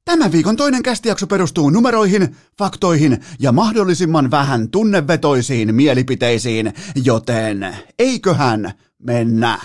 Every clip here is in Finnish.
Tämän viikon toinen kästijakso perustuu numeroihin, faktoihin ja mahdollisimman vähän tunnevetoisiin mielipiteisiin, joten eiköhän mennä.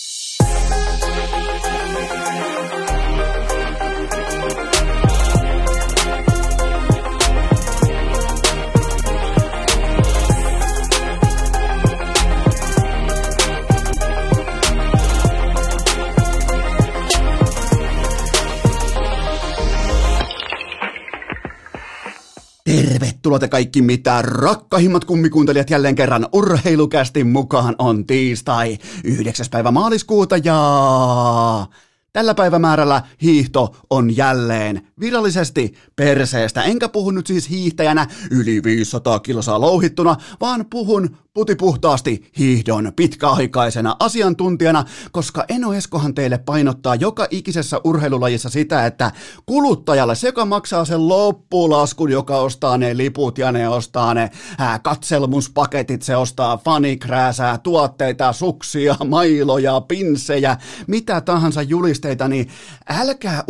Tervetuloa te kaikki mitä rakkahimmat kummikuuntelijat jälleen kerran Urheilukästin mukaan on tiistai 9. päivä maaliskuuta ja tällä päivämäärällä hiihto on jälleen virallisesti perseestä. Enkä puhu nyt siis hiihtäjänä yli 500 kilsaa louhittuna, vaan puhun putipuhtaasti hiihdon pitkäaikaisena asiantuntijana, koska Eno Eskohan teille painottaa joka ikisessä urheilulajissa sitä, että kuluttajalle, se joka maksaa sen loppulaskun, joka ostaa ne liput ja ne ostaa ne katselmuspaketit, se ostaa fanikrääsää, tuotteita, suksia, mailoja, pinssejä, mitä tahansa julisteita, niin älkää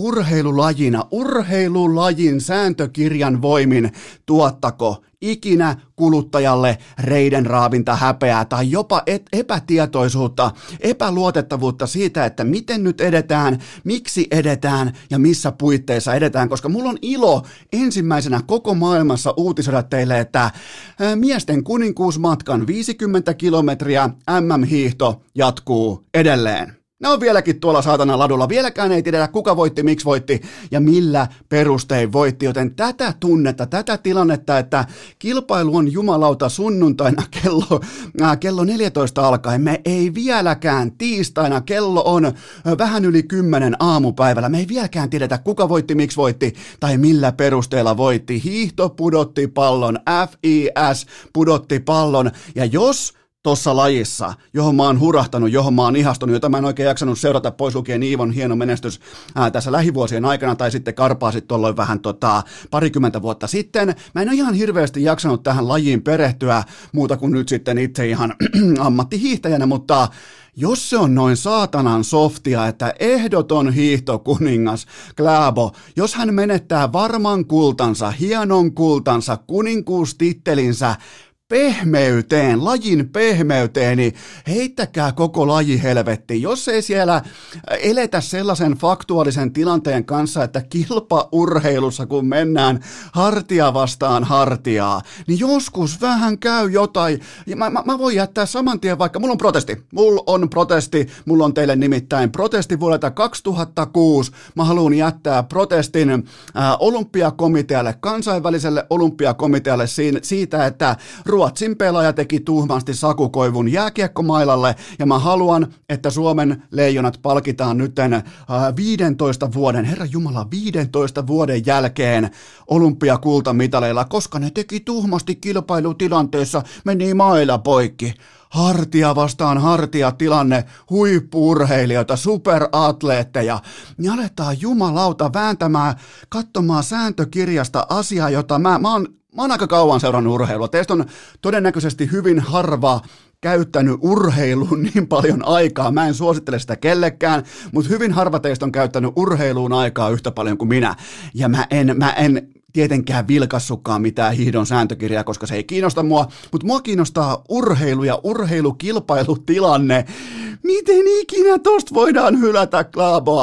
urheilulajin sääntökirjan voimin tuottako ikinä kuluttajalle reiden raavinta häpeää tai jopa epätietoisuutta, epäluotettavuutta siitä, että miten nyt edetään, miksi edetään ja missä puitteissa edetään, koska mulla on ilo ensimmäisenä koko maailmassa uutisoida teille, että miesten kuninkuusmatkan 50 kilometriä MM-hiihto jatkuu edelleen. Ne on vieläkin tuolla saatana ladulla. Vieläkään ei tiedetä, kuka voitti, miksi voitti ja millä perustein voitti. Joten tätä tunnetta, tätä tilannetta, että kilpailu on jumalauta sunnuntaina kello 14 alkaen. Me ei vieläkään tiistaina, kello on vähän yli 10 aamupäivällä. Me ei vieläkään tiedetä, kuka voitti, miksi voitti tai millä perusteella voitti. Hiihto pudotti pallon, FIS pudotti pallon ja jos tuossa lajissa, johon mä oon hurahtanut, johon mä oon ihastunut, jota mä en oikein jaksanut seurata pois lukien Iivon hieno menestys tässä lähivuosien aikana tai sitten Karpaasit tuolloin vähän parikymmentä vuotta sitten. Mä en ole ihan hirveästi jaksanut tähän lajiin perehtyä muuta kuin nyt sitten itse ihan ammattihiihtäjänä, mutta jos se on noin saatanan softia, että ehdoton hiihtokuningas Klæbo, jos hän menettää varman kultansa, hienon kultansa, kuninkuustittelinsä, pehmeyteen, lajin pehmeyteen, niin heittäkää koko laji helvettiin. Jos ei siellä eletä sellaisen faktuaalisen tilanteen kanssa, että kilpaurheilussa, kun mennään hartia vastaan hartiaa, niin joskus vähän käy jotain. Ja mä voin jättää saman tien, vaikka mulla on protesti, mulla on teille nimittäin protesti vuodelta 2006. Mä haluan jättää protestin olympiakomitealle, kansainväliselle olympiakomitealle siitä, että Ruotsin pelaaja teki tuhmasti sakukoivun jääkiekkomailalle ja mä haluan, että Suomen leijonat palkitaan nytten 15 vuoden, herran jumala, 15 vuoden jälkeen olympiakultamitaleilla, koska ne teki tuhmasti kilpailutilanteessa, meni maila poikki. Hartia vastaan hartia tilanne, huippu-urheilijoita, superatleetteja, niin aletaan jumalauta vääntämään, katsomaan sääntökirjasta asiaa, jota mä oon aika kauan seurannut urheilua. Teistä on todennäköisesti hyvin harva käyttänyt urheiluun niin paljon aikaa. Mä en suosittele sitä kellekään, mutta hyvin harva teistä on käyttänyt urheiluun aikaa yhtä paljon kuin minä. Ja mä en tietenkään vilkassutkaan mitään hiihdon sääntökirjaa, koska se ei kiinnosta mua, mutta mua kiinnostaa urheilu ja urheilukilpailutilanne. Miten ikinä tosta voidaan hylätä Klæboa?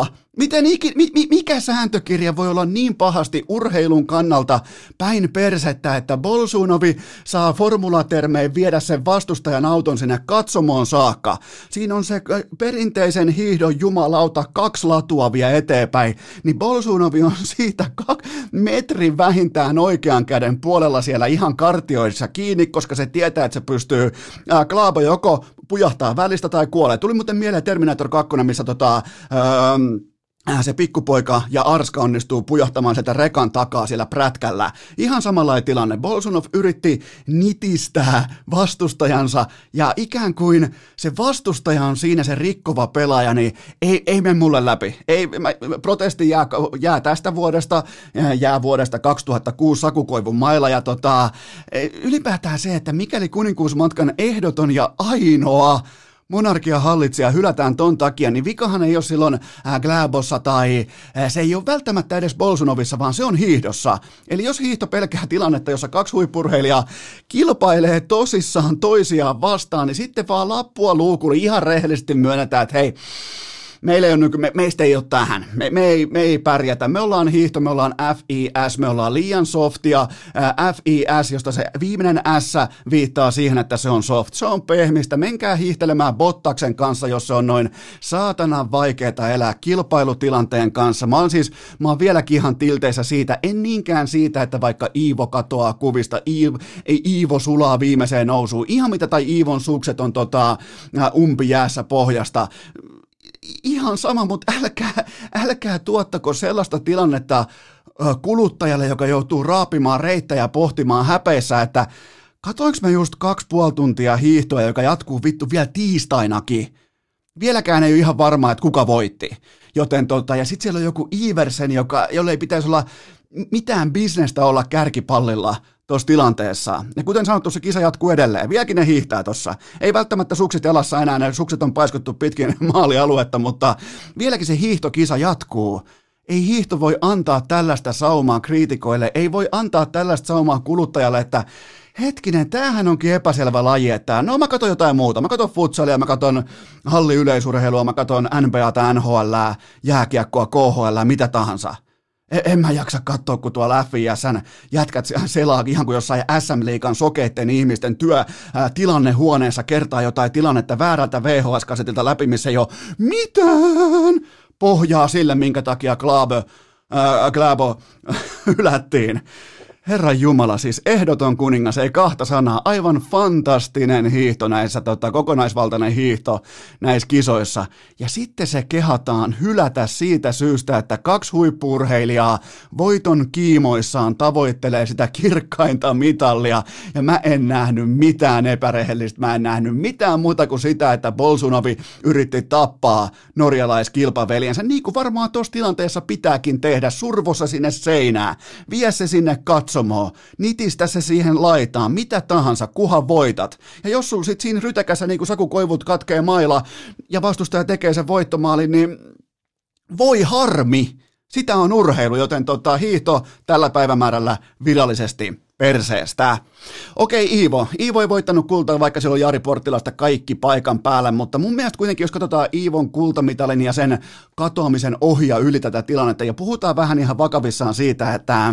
Mikä sääntökirja voi olla niin pahasti urheilun kannalta päin persettä, että Bolsunovi saa formulatermein viedä sen vastustajan auton sinne katsomoon saakka? Siinä on se perinteisen hiihdon jumalauta 2 latua vie eteenpäin, niin Bolsunovi on siitä metrin vähintään oikean käden puolella siellä ihan kartioissa kiinni, koska se tietää, että se pystyy Klæbo joko pujahtaa välistä tai kuolee. Tuli muuten mieleen Terminator 2, missä se pikkupoika ja Arska onnistuu pujahtamaan sieltä rekan takaa siellä prätkällä. Ihan samanlainen tilanne. Bolsunov yritti nitistää vastustajansa ja ikään kuin se vastustaja on siinä se rikkova pelaaja, niin ei mene mulle läpi. Protesti jää tästä vuodesta, jää vuodesta 2006 Sakukoivun mailla ja ylipäätään se, että mikäli kuninkuusmatkan ehdoton ja ainoa monarkian hallitsija hylätään ton takia, niin vikahan ei ole silloin Gläbossa tai se ei ole välttämättä edes Bolsunovissa, vaan se on hiihdossa. Eli jos hiihto pelkää tilannetta, jossa kaksi huippurheilijaa kilpailee tosissaan toisiaan vastaan, niin sitten vaan lappua luukulle ihan rehellisesti myönnetään, että hei, meistä ei ole tähän, me ei pärjätä, me ollaan hiihto, me ollaan FIS, me ollaan liian softia, FIS, josta se viimeinen S viittaa siihen, että se on soft, se on pehmistä, menkää hiihtelemään Bottaksen kanssa, jos se on noin saatanan vaikeaa elää kilpailutilanteen kanssa. Mä oon vieläkin ihan tilteissä siitä, en niinkään siitä, että vaikka Iivo katoaa kuvista, Iivo sulaa viimeiseen nousuun, ihan mitä tai Iivon sukset on umpijäässä pohjasta, ihan sama, mutta älkää tuottako sellaista tilannetta kuluttajalle, joka joutuu raapimaan reittejä ja pohtimaan häpeissä, että katoinko mä just 2,5 tuntia hiihtoa, joka jatkuu vittu vielä tiistainakin. Vieläkään ei ole ihan varmaa, että kuka voitti. Joten ja sitten siellä on joku Iversen, jolle ei pitäisi olla mitään bisnestä olla kärkipallilla tuossa tilanteessa. Ja kuten sanottu, se kisa jatkuu edelleen. Vieläkin ne hiihtää tuossa. Ei välttämättä sukset jalassa enää, ne sukset on paiskottu pitkin maalialuetta, mutta vieläkin se hiihtokisa jatkuu. Ei hiihto voi antaa tällaista saumaa kriitikoille, ei voi antaa tällaista saumaa kuluttajalle, että hetkinen, tämähän onkin epäselvä laji, että no mä katson jotain muuta, mä katson futsalia, mä katson halliyleisurheilua, mä katson NBAta, NHL, jääkiekkoa, KHL, mitä tahansa. En mä jaksa katsoa, kun tuolla FIS:n jätkät selaa ihan kuin jossain SM-liigan sokeitten ihmisten tilannehuoneessa kertaa jotain tilannetta väärältä VHS-kasetilta läpi, missä ei ole mitään pohjaa sille, minkä takia Gläbo hylättiin. Herran Jumala, siis ehdoton kuningas, ei kahta sanaa, aivan fantastinen hiihto näissä, kokonaisvaltainen hiihto näissä kisoissa. Ja sitten se kehataan hylätä siitä syystä, että kaksi huippu-urheilijaa voiton kiimoissaan tavoittelee sitä kirkkainta mitallia. Ja mä en nähnyt mitään epärehellistä, mä en nähnyt mitään muuta kuin sitä, että Bolsunovi yritti tappaa norjalaiskilpaveljensä, niin kuin varmaan tuossa tilanteessa pitääkin tehdä, survossa sinne seinään, vie se sinne katsomaan. Nitistä se siihen laitaan, mitä tahansa, kuhan voitat. Ja jos sulla sit siinä rytäkässä niin kuin Saku Koivut katkee maila ja vastustaja tekee sen voittomaalin, niin voi harmi. Sitä on urheilu, joten hiihto tällä päivämäärällä virallisesti perseestä. Okei, Iivo ei voittanut kultaa, vaikka siellä on Jari Porttilasta kaikki paikan päällä, mutta mun mielestä kuitenkin, jos katsotaan Iivon kultamitalin ja sen katoamisen ohi ja yli tätä tilannetta, ja puhutaan vähän ihan vakavissaan siitä, että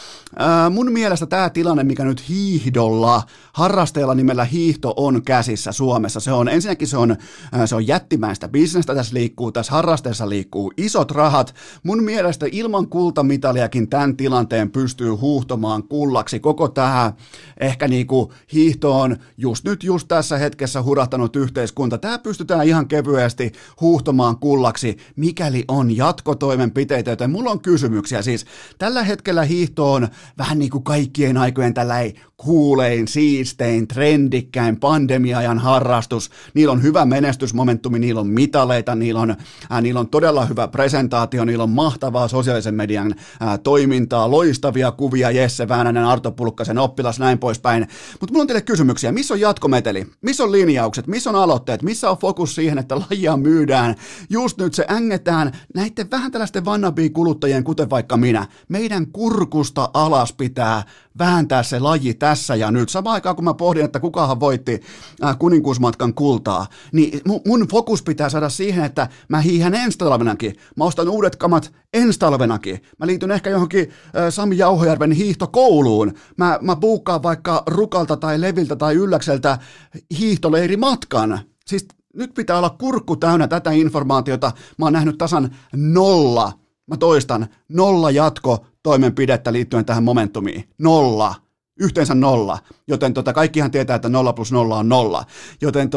mun mielestä tämä tilanne, mikä nyt hiihdolla, harrasteella nimellä hiihto on käsissä Suomessa, ensinnäkin se on jättimäistä bisnestä, tässä harrasteessa liikkuu isot rahat. Mun mielestä ilman kultamitaliakin tämän tilanteen pystyy huuhtomaan kullaksi. Koko tämä ehkä niinku hiihtoon just tässä hetkessä hurahtanut yhteiskunta, tämä pystytään ihan kevyesti huuhtomaan kullaksi, mikäli on jatkotoimenpiteitä, joten mulla on kysymyksiä. Siis tällä hetkellä hiihto on vähän niin kuin kaikkien aikojen tällainen kuulein, siistein, trendikkäin pandemia-ajan harrastus. Niillä on hyvä menestysmomentumi, niillä on mitaleita, niillä on todella hyvä presentaatio, niillä on mahtavaa sosiaalisen median toimintaa, loistavia kuvia, Jesse Väänänen, Arto Pulkkasen oppilas, näin poispäin. Mutta mulla on teille kysymyksiä. Missä on jatkometeli? Missä on linjaukset? Missä on aloitteet? Missä on fokus siihen, että lajia myydään? Just nyt se ängetään näiden vähän tällaisten wannabe-kuluttajien, kuten vaikka minä. Meidän kurkusta alas pitää vääntää se laji tässä ja nyt. Samaan aikaan, kun mä pohdin, että kukahan voitti kuninkuusmatkan kultaa, niin mun fokus pitää saada siihen, että mä hiihän ensi talvenakin. Mä ostan uudet kamat ensi talvenakin. Mä liityn ehkä johonkin Sami Jauhojärven hiihtokouluun. Mä buukkaan vaikka Rukalta tai Leviltä tai Ylläkseltä hiihtoleirimatkan. Siis nyt pitää olla kurkku täynnä tätä informaatiota. Mä oon nähnyt tasan 0. Mä toistan, 0 jatkotoimenpidettä liittyen tähän momentumiin. 0. Yhteensä 0. Joten kaikkihan tietää, että 0 + 0 on 0. Joten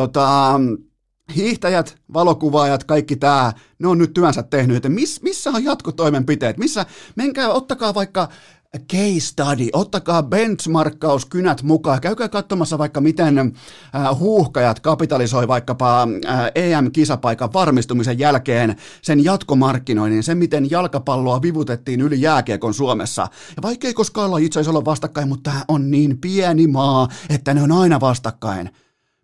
hiihtäjät, valokuvaajat, kaikki tää, ne on nyt työnsä tehnyt. Joten missä on jatkotoimenpiteet? Menkää, ottakaa vaikka case study, ottakaa benchmarkkauskynät mukaan, käykää katsomassa vaikka miten huuhkajat kapitalisoi vaikkapa EM-kisapaikan varmistumisen jälkeen sen jatkomarkkinoinnin, sen miten jalkapalloa vivutettiin yli jääkiekon Suomessa. Ja vaikka ei koskaan olla itse asiassa olla vastakkain, mutta tämä on niin pieni maa, että ne on aina vastakkain.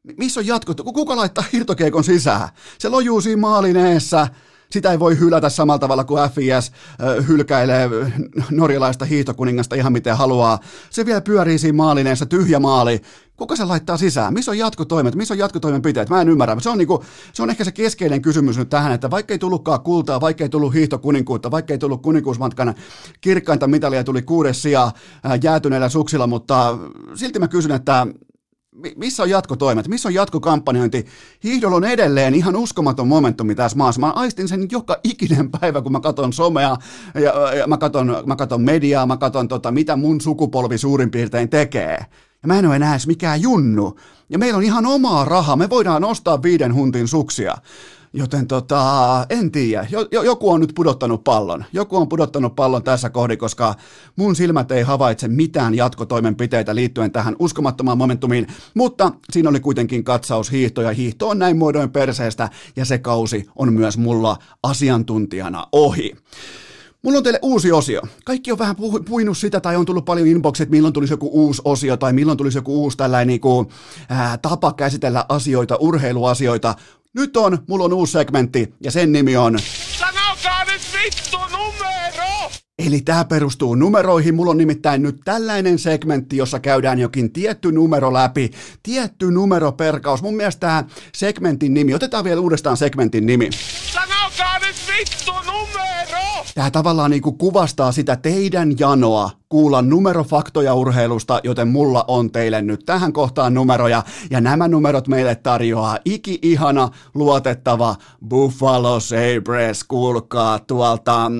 Missä on jatko? Kuka laittaa irtokiekon sisään? Se lojuu siinä maalin eessä. Sitä ei voi hylätä samalla tavalla kuin FIS hylkäilee norjalaista hiihtokuningasta ihan miten haluaa. Se vielä pyörii siinä maalineessa, tyhjä maali. Kuka se laittaa sisään? Missä on jatkotoimet? Missä on jatkotoimenpiteet? Mä en ymmärrä. Se on ehkä se keskeinen kysymys nyt tähän, että vaikka ei tullutkaan kultaa, vaikka ei tullut hiihtokuninkuutta, vaikka ei tullut kuninkuusmatkan kirkkainta mitalia, tuli 6. sija jäätyneillä suksilla, mutta silti mä kysyn, että missä on jatkotoimet? Missä on jatkokampanjointi? Hiihdolla on edelleen ihan uskomaton momentumi tässä maassa. Mä aistin sen joka ikinen päivä, kun mä katson somea ja mä katson mediaa, mä katson mitä mun sukupolvi suurin piirtein tekee. Ja mä en ole enää edes mikään junnu. Ja meillä on ihan omaa rahaa. Me voidaan ostaa 5 huntin suksia. Joten en tiedä. Joku on nyt pudottanut pallon. Joku on pudottanut pallon tässä kohdin, koska mun silmät ei havaitse mitään jatkotoimenpiteitä liittyen tähän uskomattomaan momentumiin, mutta siinä oli kuitenkin katsaus hiihto, ja hiihto on näin muodoin perseestä, ja se kausi on myös mulla asiantuntijana ohi. Mulla on teille uusi osio. Kaikki on vähän puinut sitä, tai on tullut paljon inboxit, että milloin tulisi joku uusi osio, tai milloin tulisi joku uusi tällainen tapa käsitellä asioita, urheiluasioita. Mulla on uusi segmentti, ja sen nimi on... Sanokaa nyt vittu numero! Eli tämä perustuu numeroihin. Mulla on nimittäin nyt tällainen segmentti, jossa käydään jokin tietty numero läpi. Tietty numeroperkaus. Mun mielestä tämä segmentin nimi, otetaan vielä uudestaan segmentin nimi. Sanokaa nyt vittu numero! Tämä tavallaan niin kuin kuvastaa sitä teidän janoa kuulla numerofaktoja urheilusta, joten mulla on teille nyt tähän kohtaan numeroja, ja nämä numerot meille tarjoaa iki-ihana, luotettava Buffalo Sabres, kuulkaa tuolta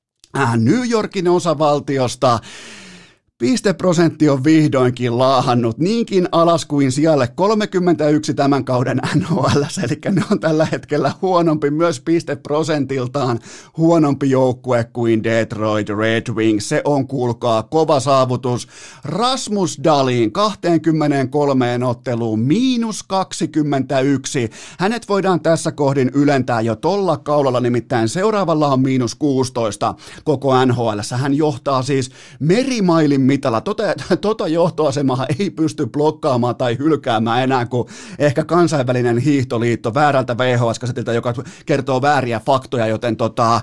New Yorkin osavaltiosta. Pisteprosentti on vihdoinkin laahannut niinkin alas kuin sijalle 31 tämän kauden NHL, eli ne on tällä hetkellä huonompi myös pisteprosentiltaan huonompi joukkue kuin Detroit Red Wings. Se on, kuulkaa, kova saavutus. Rasmus Dahlin 23 otteluun -21. Hänet voidaan tässä kohdin ylentää jo tolla kaulalla, nimittäin seuraavalla on -16 koko NHL. Hän johtaa siis merimailin mitalla. Tota johtoasemaa ei pysty blokkaamaan tai hylkäämään enää kuin ehkä kansainvälinen hiihtoliitto väärältä VHS-kasetilta, joka kertoo vääriä faktoja, joten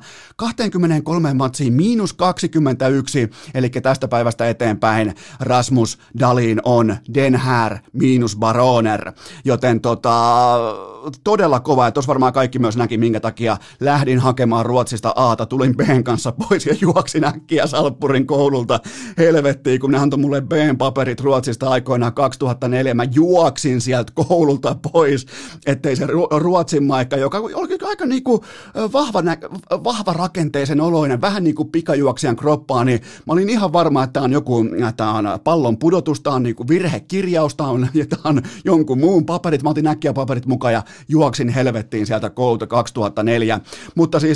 23 matsiin -21, eli tästä päivästä eteenpäin Rasmus Dahlin on Den här Baroner, joten todella kova, ja tuossa varmaan kaikki myös näki, minkä takia lähdin hakemaan Ruotsista Aata, tulin B:n kanssa pois ja juoksin äkkiä Salppurin koululta helvettiin, kun ne antoi mulle B:n paperit Ruotsista aikoinaan 2004, mä juoksin sieltä koululta pois, ettei se Ruotsin maikka, joka oli aika niinku vahva rakenteisen oloinen, vähän niin kuin pikajuoksijan kroppaa, niin mä olin ihan varma, että tää on pallon pudotus, tää on niinku virhekirjaus, tää on jonkun muun paperit, mä otin äkkiä paperit mukaan ja juoksin helvettiin sieltä koulta 2004, mutta siis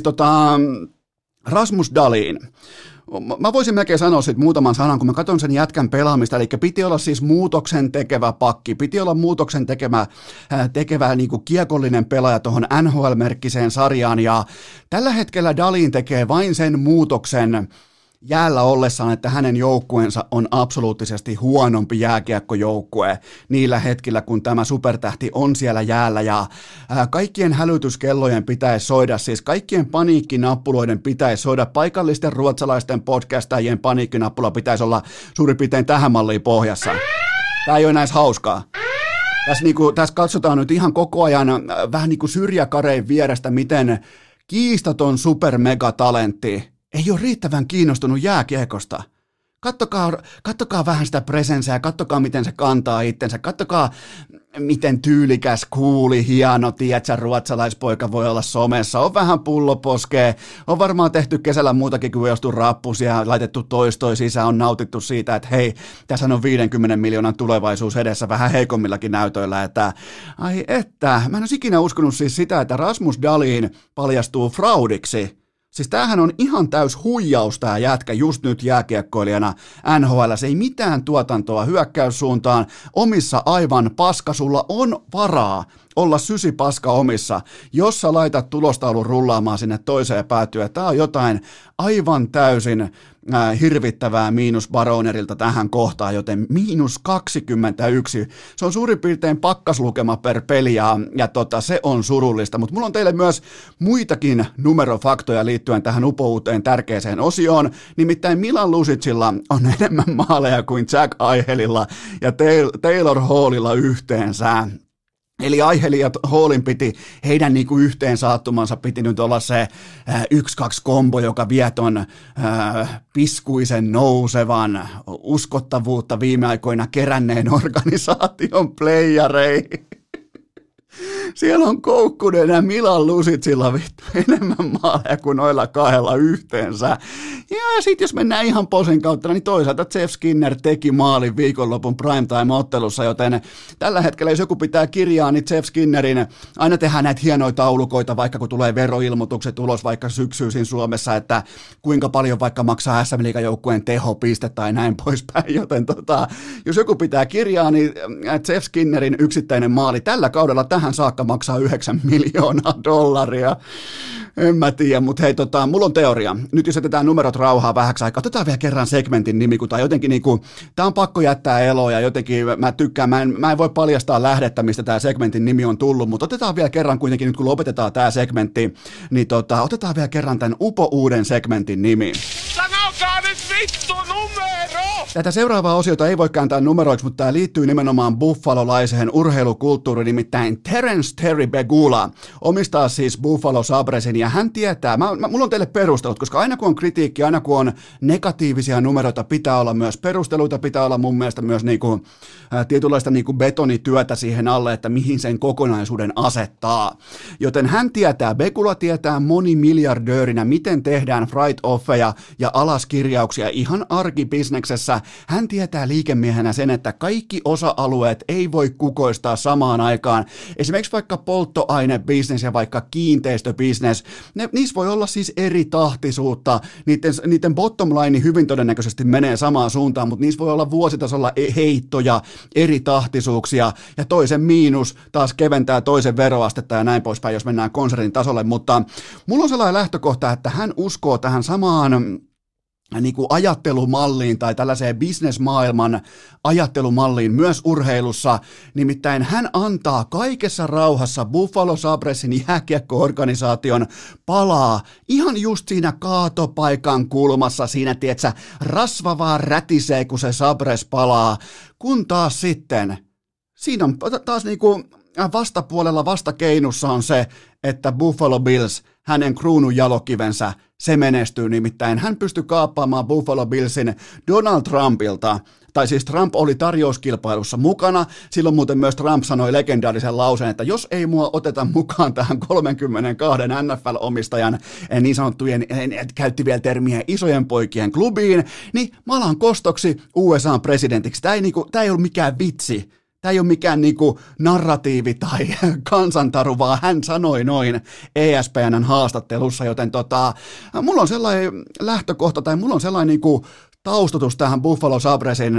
Rasmus Dahlin. Mä voisin melkein sanoa siitä muutaman sanan, kun mä katson sen jätkän pelaamista, eli piti olla siis muutoksen tekevä pakki, piti olla muutoksen tekevä niin kuin kiekollinen pelaaja tuohon NHL-merkkiseen sarjaan, ja tällä hetkellä Dahlin tekee vain sen muutoksen jäällä ollessaan, että hänen joukkueensa on absoluuttisesti huonompi jääkiekkojoukkue niillä hetkillä, kun tämä supertähti on siellä jäällä, ja kaikkien hälytyskellojen pitäisi soida, siis kaikkien paniikkinappuloiden pitäisi soida, paikallisten ruotsalaisten podcastajien paniikkinappula pitäisi olla suurin piirtein tähän malliin pohjassa. Tämä ei ole näis hauskaa. Tässä katsotaan nyt ihan koko ajan vähän niin kuin syrjäkarein vierestä, miten kiistaton supermegatalentti ei ole riittävän kiinnostunut jääkiekosta. Kattokaa vähän sitä presenssiä, kattokaa miten se kantaa itsensä, kattokaa miten tyylikäs, kuuli, hieno, tiedätkö, ruotsalaispoika voi olla somessa, on vähän pulloposkea, on varmaan tehty kesällä muutakin kuin jostu rappusia, laitettu toistoi sisään, on nautittu siitä, että hei, tässä on 50 miljoonan tulevaisuus edessä vähän heikommilla näytöillä, että mä en olisi ikinä uskonut siis sitä, että Rasmus Dahlin paljastuu fraudiksi. Siis tämähän on ihan täys huijaus tää jätkä just nyt jääkiekkoilijana NHL. Se ei mitään tuotantoa hyökkäyssuuntaan, omissa aivan paska, sulla on varaa olla sysipaska omissa, jos sä laitat tulostaulun rullaamaan sinne toiseen päätyyn. Tämä on jotain aivan täysin hirvittävää miinus Baronerilta tähän kohtaan, joten -21. Se on suurin piirtein pakkaslukema per peli ja se on surullista, mutta mulla on teille myös muitakin numerofaktoja liittyen tähän upouuteen tärkeäseen osioon, nimittäin Milan Lusicilla on enemmän maaleja kuin Jack Eichelilla ja Taylor Hallilla yhteensä. Eli Eichel ja Hallin piti, heidän niinku yhteen saattumansa piti nyt olla se 1-2 kombo, joka vie ton piskuisen nousevan uskottavuutta viime aikoina keränneen organisaation playereihin. Siellä on Koukkunen ja Milan Lusicilla vittu enemmän maaleja kuin noilla kahdella yhteensä. Ja sitten jos mennään ihan posen kautta, niin toisaalta Jeff Skinner teki maalin viikonlopun primetime-ottelussa, joten tällä hetkellä jos joku pitää kirjaa, niin Jeff Skinnerin aina tehdään näitä hienoja taulukoita, vaikka kun tulee veroilmoitukset ulos vaikka syksyisin Suomessa, että kuinka paljon vaikka maksaa SM-liigan joukkueen tehopiste tai näin poispäin, joten jos joku pitää kirjaa, niin Jeff Skinnerin yksittäinen maali tällä kaudella tähän saakka maksaa $9 miljoonaa. En mä tiedä, mutta hei, mulla on teoria. Nyt jos jätetään numerot rauhaa vähäksi aikaa, otetaan vielä kerran segmentin nimi, tai jotenkin niinku, tää on pakko jättää eloa ja jotenkin mä tykkään, mä en voi paljastaa lähdettä, mistä tää segmentin nimi on tullut, mutta otetaan vielä kerran kuitenkin nyt kun lopetetaan tää segmentti, niin otetaan vielä kerran tän uuden segmentin nimi. Sanokaa nyt vittu numero! Tätä seuraavaa osiota ei voi kääntää numeroiksi, mutta tämä liittyy nimenomaan buffalolaiseen urheilukulttuuriin, nimittäin Terry Pegula omistaa siis Buffalo Sabresin ja hän tietää, mulla on teille perustelut, koska aina kun on kritiikki, aina kun on negatiivisia numeroita, pitää olla myös perusteluita, pitää olla mun mielestä myös niinku, tietynlaista niinku betonityötä siihen alle, että mihin sen kokonaisuuden asettaa. Joten hän tietää, Pegula tietää monimiljardöörinä, miten tehdään write-offeja ja alaskirjauksia ihan arkibisneksessä. Hän tietää liikemiehenä sen, että kaikki osa-alueet ei voi kukoistaa samaan aikaan. Esimerkiksi vaikka polttoainebisnes ja vaikka kiinteistöbisnes, niissä voi olla siis eri tahtisuutta. Niiden bottom line hyvin todennäköisesti menee samaan suuntaan, mutta niissä voi olla vuositasolla heittoja, eri tahtisuuksia ja toisen miinus taas keventää toisen veroastetta ja näin poispäin, jos mennään konsernin tasolle, mutta mulla on sellainen lähtökohta, että hän uskoo tähän samaan niin kuin ajattelumalliin tai tällaiseen bisnesmaailman ajattelumalliin myös urheilussa, nimittäin hän antaa kaikessa rauhassa Buffalo Sabresin jääkiekko-organisaation palaa ihan just siinä kaatopaikan kulmassa, siinä tietsä, rasva vaan rätisee, kun se Sabres palaa, kun taas sitten, siinä on taas niinku vastapuolella vastakeinussa on se, että Buffalo Bills, hänen kruunun jalokivensä, se menestyy, nimittäin hän pystyi kaappaamaan Buffalo Billsin Donald Trumpilta, tai siis Trump oli tarjouskilpailussa mukana, silloin muuten myös Trump sanoi legendaarisen lauseen, että jos ei mua oteta mukaan tähän 32 NFL-omistajan niin sanottujen, käytti vielä termiä isojen poikien klubiin, niin mä alan kostoksi USA:n presidentiksi. Tämä ei ollut mikään vitsi. Tämä ei ole mikään niinku narratiivi tai kansantaru, vaan hän sanoi noin ESPN:n haastattelussa, joten mulla on sellainen lähtökohta tai mulla on sellainen niinku taustatus tähän Buffalo Sabresin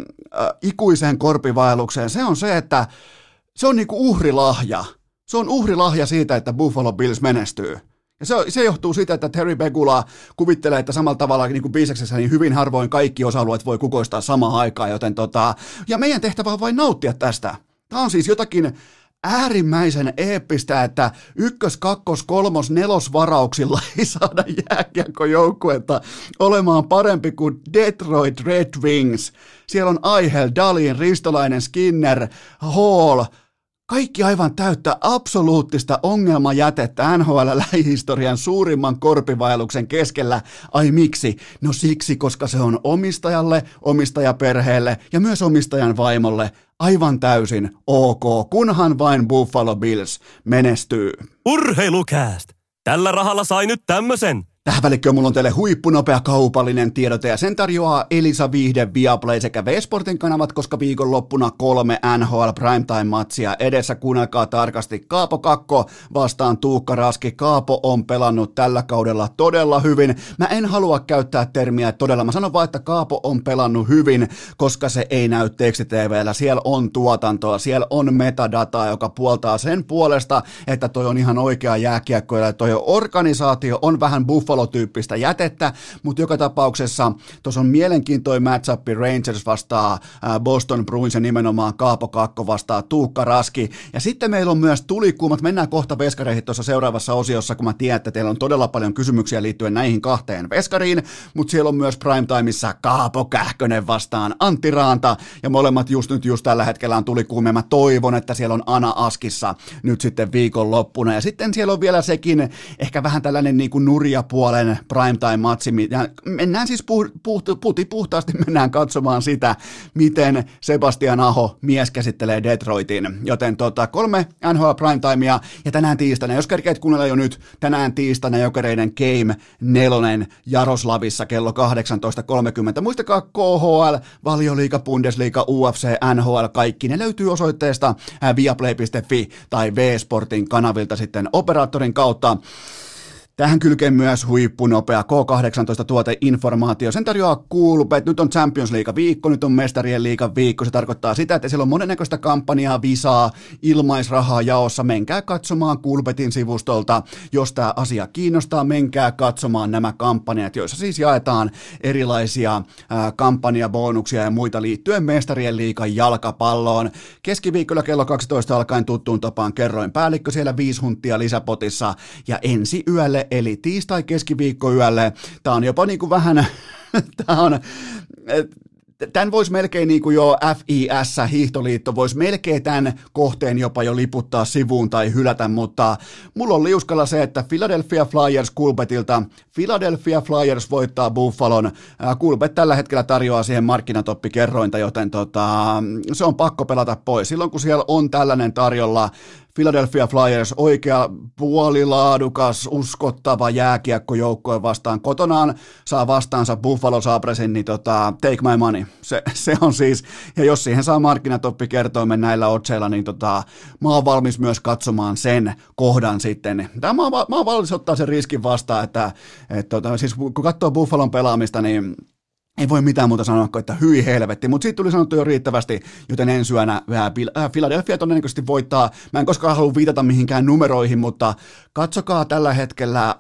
ikuiseen korpivaellukseen. Se on se, että se on niinku uhrilahja. Se on uhrilahja siitä, että Buffalo Bills menestyy. Ja se johtuu siitä, että Terry Pegula kuvittelee, että samalla tavalla niin kuin biseksessä niin hyvin harvoin kaikki osa-alueet voi kukoistaa samaan aikaan, joten ja meidän tehtävä on vain nauttia tästä. Tämä on siis jotakin äärimmäisen eeppistä, että 1-, 2-, 3-, 4 varauksilla ei saada jääkiekkojoukkuetta olemaan parempi kuin Detroit Red Wings. Siellä on Eichel, Dahlin, Ristolainen, Skinner, Hall, kaikki aivan täyttä absoluuttista ongelmajätettä NHL-lähihistorian suurimman korpivaelluksen keskellä. Ai miksi? No siksi, koska se on omistajalle, omistajaperheelle ja myös omistajan vaimolle aivan täysin ok, kunhan vain Buffalo Bills menestyy. Urheilukääst! Tällä rahalla sai nyt tämmösen. Tähän välikköön mulla on teille huippunopea kaupallinen tiedote ja sen tarjoaa Elisa Viihde, Viaplay sekä V-Sportin kanavat, koska viikonloppuna 3 NHL Primetime-matsia edessä. Kuunnelkaa tarkasti. Kaapo Kakko vastaan Tuukka Raski. Kaapo on pelannut tällä kaudella todella hyvin. Mä en halua käyttää termiä todella. Mä sanon vaan, että Kaapo on pelannut hyvin, koska se ei näy tekstitv:llä. Siellä on tuotantoa, siellä on metadataa, joka puoltaa sen puolesta, että toi on ihan oikea jääkiekko ja toi organisaatio on vähän Buffalo-tyyppistä jätettä, mutta joka tapauksessa tuossa on mielenkiintoinen matchup Rangers vastaa Boston Bruins ja nimenomaan Kaapo Kakko vastaa Tuukka Raski. Ja sitten meillä on myös tulikuumat, mennään kohta veskareihin tuossa seuraavassa osiossa, kun mä tiedän, että teillä on todella paljon kysymyksiä liittyen näihin kahteen veskariin, mutta siellä on myös Primetimeissa Kaapo Kähkönen vastaan Antti Raanta, ja molemmat just tällä hetkellä on tulikuumia. Mä toivon, että siellä on Ana Askissa nyt sitten viikonloppuna, ja sitten siellä on vielä sekin ehkä vähän tällainen niin kuin nurjapuolen primetime-matsi. Mennään siis puhtaasti mennään katsomaan sitä, miten Sebastian Aho mies käsittelee Detroitin. Joten 3 NHL primetimea ja tänään tiistaina, jos kerkeet kuunnella jo nyt, tänään tiistaina Jokereiden Game 4 Jaroslavissa kello 18.30. Muistakaa KHL, Valioliiga, Bundesliga, UFC, NHL, kaikki ne löytyy osoitteesta viaplay.fi tai V-Sportin kanavilta sitten operaattorin kautta. Tähän kylkeen myös huippunopea K18-tuoteinformaatio. Sen tarjoaa Coolbet. Nyt on Champions League-viikko, nyt on Mestarien Liiga-viikko. Se tarkoittaa sitä, että siellä on monennäköistä kampanjaa, visaa, ilmaisrahaa jaossa. Menkää katsomaan Coolbetin sivustolta. Jos tämä asia kiinnostaa, menkää katsomaan nämä kampanjat, joissa siis jaetaan erilaisia kampanjabonuksia ja muita liittyen Mestarien Liigan jalkapalloon. Keskiviikolla kello 12 alkaen tuttuun tapaan kerroin päällikkö siellä 5 hunttia lisäpotissa ja ensi yölle eli tiistai-keskiviikkoyölle. Tämä on jopa niin kuin vähän, tämän voisi melkein niin kuin jo FIS, Hiihtoliitto, voisi melkein tämän kohteen jopa jo liputtaa sivuun tai hylätä, mutta mulla on liuskalla se, että Philadelphia Flyers Coolbetilta, Philadelphia Flyers voittaa Buffalon, Coolbet tällä hetkellä tarjoaa siihen markkinatoppikerrointa, joten se on pakko pelata pois. Silloin kun siellä on tällainen tarjolla, Philadelphia Flyers, oikea puolilaadukas, uskottava jääkiekkojoukkue vastaan kotonaan, saa vastaansa Buffalo Sabresin, niin take my money. Se on siis, ja jos siihen saa markkinatoppikertoimen näillä otseilla, niin mä oon valmis myös katsomaan sen kohdan sitten. Mä oon valmis ottaa sen riskin vastaan, että siis kun katsoo Buffalon pelaamista, niin ei voi mitään muuta sanoa kuin, että hyi helvetti, mutta siitä tuli sanottu jo riittävästi, joten ensi yönä Philadelphia todennäköisesti voittaa. Mä en koskaan halua viitata mihinkään numeroihin, mutta katsokaa tällä hetkellä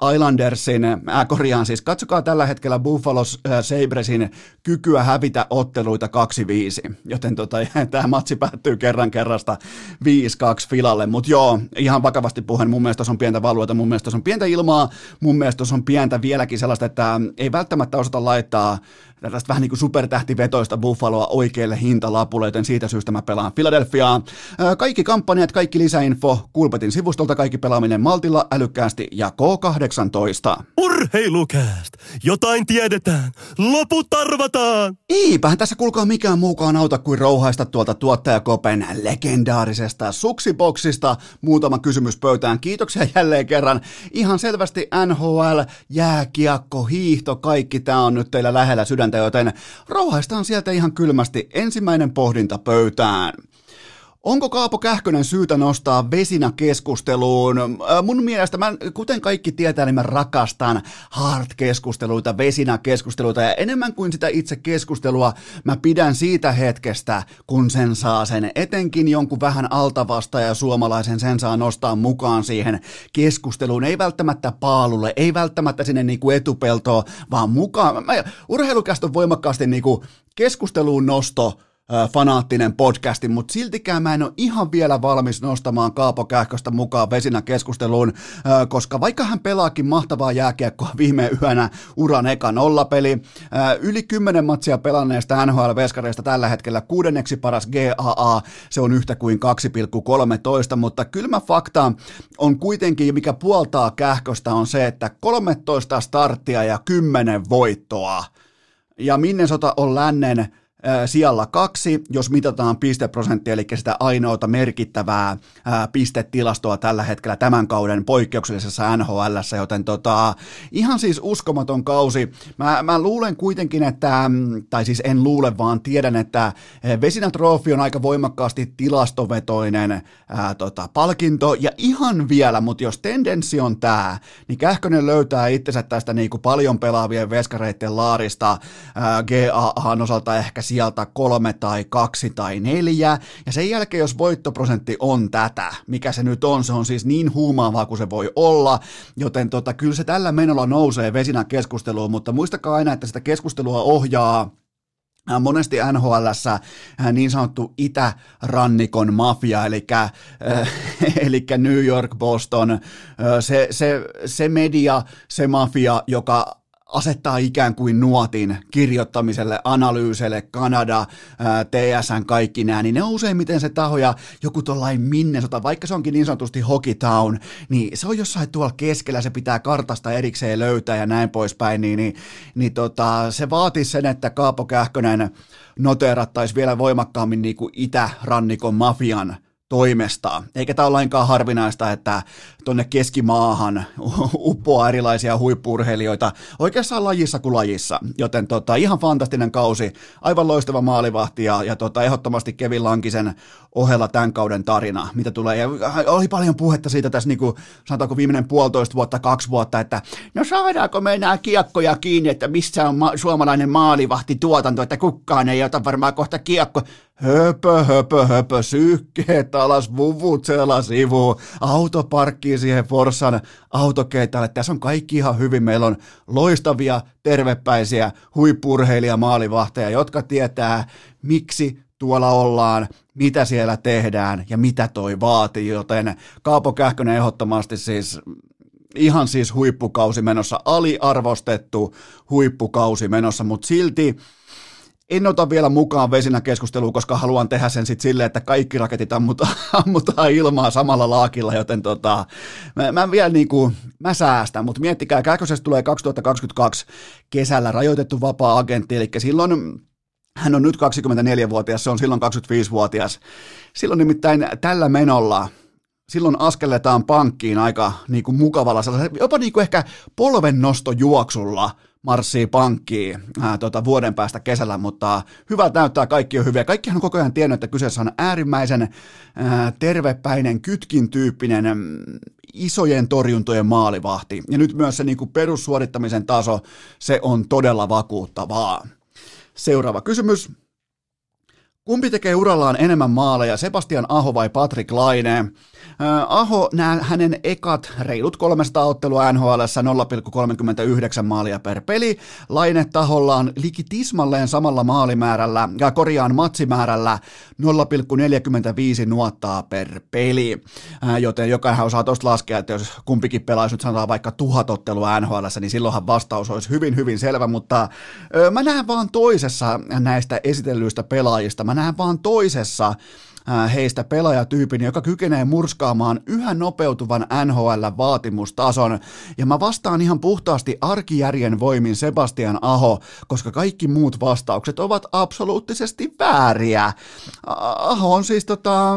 katsokaa tällä hetkellä Buffalo Sabresin kykyä hävitä otteluita 2-5, joten tämä matsi päättyy kerrasta 5-2 Filalle, mutta joo, ihan vakavasti puheen, mun mielestä on pientä valuota, mun mielestä on pientä ilmaa, mun mielestä on pientä vieläkin sellaista, että ei välttämättä osata laittaa tällaista vähän niin kuin supertähtivetoista Buffaloa oikealle hintalapulle, joten siitä syystä mä pelaan Philadelphiaa. Kaikki kampanjat, kaikki lisäinfo, Coolbetin sivustolta, kaikki pelaaminen maltilla, älykkäästi ja K18. Urheilukääst! Jotain tiedetään! Loput arvataan! Eipähän tässä kuulkaa mikään muukaan auta kuin rouhaista tuolta tuottajakopen legendaarisesta suksiboksista. Muutama kysymys pöytään. Kiitoksia jälleen kerran. Ihan selvästi NHL, jääkiekko, hiihto, kaikki tää on nyt teillä lähellä sydäntä, joten rouhaistaan sieltä ihan kylmästi ensimmäinen pohdinta pöytään. Onko Kaapo Kähkönen syytä nostaa Vesinä keskusteluun? Mun mielestä, kuten kaikki tietää, niin mä rakastan hard-keskusteluita, Vesinä-keskusteluita, ja enemmän kuin sitä itse keskustelua, mä pidän siitä hetkestä, kun sen saa sen, etenkin jonkun vähän altavastaaja suomalaisen, sen saa nostaa mukaan siihen keskusteluun, ei välttämättä paalulle, ei välttämättä sinne niinku etupeltoon, vaan mukaan. Urheilukästä on voimakkaasti niinku keskusteluun nosto, fanaattinen podcasti, mutta siltikään mä en ole ihan vielä valmis nostamaan Kaapo Kähköstä mukaan Vesinä keskusteluun, koska vaikka hän pelaakin mahtavaa jääkiekkoa viime yönä uran eka nollapeli, yli 10 matsia pelanneesta NHL-veskareista tällä hetkellä 6. paras GAA, se on yhtä kuin 2,13, mutta kylmä fakta on kuitenkin, mikä puoltaa Kähköstä, on se, että 13 starttia ja 10 voittoa, ja Minnesota on lännen sijalla 2, jos mitataan pisteprosenttia, eli sitä ainoata merkittävää pistetilastoa tällä hetkellä tämän kauden poikkeuksellisessa NHL:ssä, joten ihan siis uskomaton kausi. Mä luulen kuitenkin, tai siis en luule, vaan tiedän, että Vezina Trophy on aika voimakkaasti tilastovetoinen palkinto, ja ihan vielä, mutta jos tendenssi on tää, niin Kähkönen löytää itsensä tästä niinku paljon pelaavien veskareiden laarista GAA:n osalta ehkä sieltä 3 tai 2 tai 4, ja sen jälkeen, jos voittoprosentti on tätä, mikä se nyt on, se on siis niin huumaavaa kuin se voi olla, joten kyllä se tällä menolla nousee Vesinan keskusteluun, mutta muistakaa aina, että sitä keskustelua ohjaa monesti NHL:ssä niin sanottu itärannikon mafia, eli New York, Boston, se media, se mafia, joka asettaa ikään kuin nuotin kirjoittamiselle, analyyseille, Kanada, TSN, kaikki nämä, niin ne on useimmiten se taho, ja joku tuollainen Minnesota, vaikka se onkin niin sanotusti Hockey Town, niin se on jossain tuolla keskellä, se pitää kartasta erikseen löytää ja näin poispäin, se vaatii sen, että Kaapo Kähkönen noteerattaisi vielä voimakkaammin niin kuin itärannikon mafian toimesta. Eikä tämä ole lainkaan harvinaista, että tuonne keskimaahan uppoaa erilaisia huippu-urheilijoita oikeastaan lajissa kuin lajissa, joten ihan fantastinen kausi, aivan loistava maalivahti ja ehdottomasti Kevin Lankisen ohella tämän kauden tarina, mitä tulee, ja oli paljon puhetta siitä tässä, niin kuin, sanotaanko viimeinen 1,5 vuotta, 2 vuotta, että no saadaanko me enää kiekkoja kiinni, että missä on suomalainen maalivahti tuotanto, että kukaan ei ota varmaan kohta kiekko. Höpö, sykkeet alas, vuvutsella sivuun, autoparkkiin siihen Forssan autokeitalle. Tässä on kaikki ihan hyvin. Meillä on loistavia, tervepäisiä huippu-urheilijamaalivahteja, jotka tietää, miksi tuolla ollaan, mitä siellä tehdään ja mitä toi vaatii, joten Kaapo Kähkönen ehdottomasti siis ihan siis huippukausi menossa, aliarvostettu huippukausi menossa, mutta silti en ota vielä mukaan Vesinä keskusteluun, koska haluan tehdä sen sitten silleen, että kaikki raketit ammutaan ilmaa samalla laakilla, joten mä vielä mä säästän, mutta miettikää, Kähkösestä tulee 2022 kesällä rajoitettu vapaa-agentti, eli silloin hän on nyt 24-vuotias, se on silloin 25-vuotias. Silloin nimittäin tällä menolla, silloin askelletaan pankkiin aika mukavalla, jopa ehkä polvennostojuoksulla marssii pankkiin vuoden päästä kesällä, mutta hyvältä näyttää, kaikki on hyviä. Kaikkihan on koko ajan tiennyt, että kyseessä on äärimmäisen tervepäinen, kytkin-tyyppinen, isojen torjuntojen maalivahti. Ja nyt myös se perussuorittamisen taso, se on todella vakuuttavaa. Seuraava kysymys. Kumpi tekee urallaan enemmän maaleja, Sebastian Aho vai Patrik Laine? Aho nää hänen ekat reilut 300 ottelua NHL:ssä 0,39 maalia per peli. Laine tahollaan liki tismalleen samalla maalimäärällä ja matsimäärällä 0,45 nuottaa per peli. Joten jokainen osaa tuosta laskea, että jos kumpikin pelaisi nyt sanotaan vaikka 1000 ottelua NHL:ssä, niin silloinhan vastaus olisi hyvin, hyvin selvä, mutta mä näen vaan toisessa näistä esitellyistä pelaajista, mä näen vaan toisessa heistä pelaajatyypin, joka kykenee murskaamaan yhä nopeutuvan NHL-vaatimustason. Ja mä vastaan ihan puhtaasti arkijärjen voimin Sebastian Aho, koska kaikki muut vastaukset ovat absoluuttisesti vääriä. Aho on siis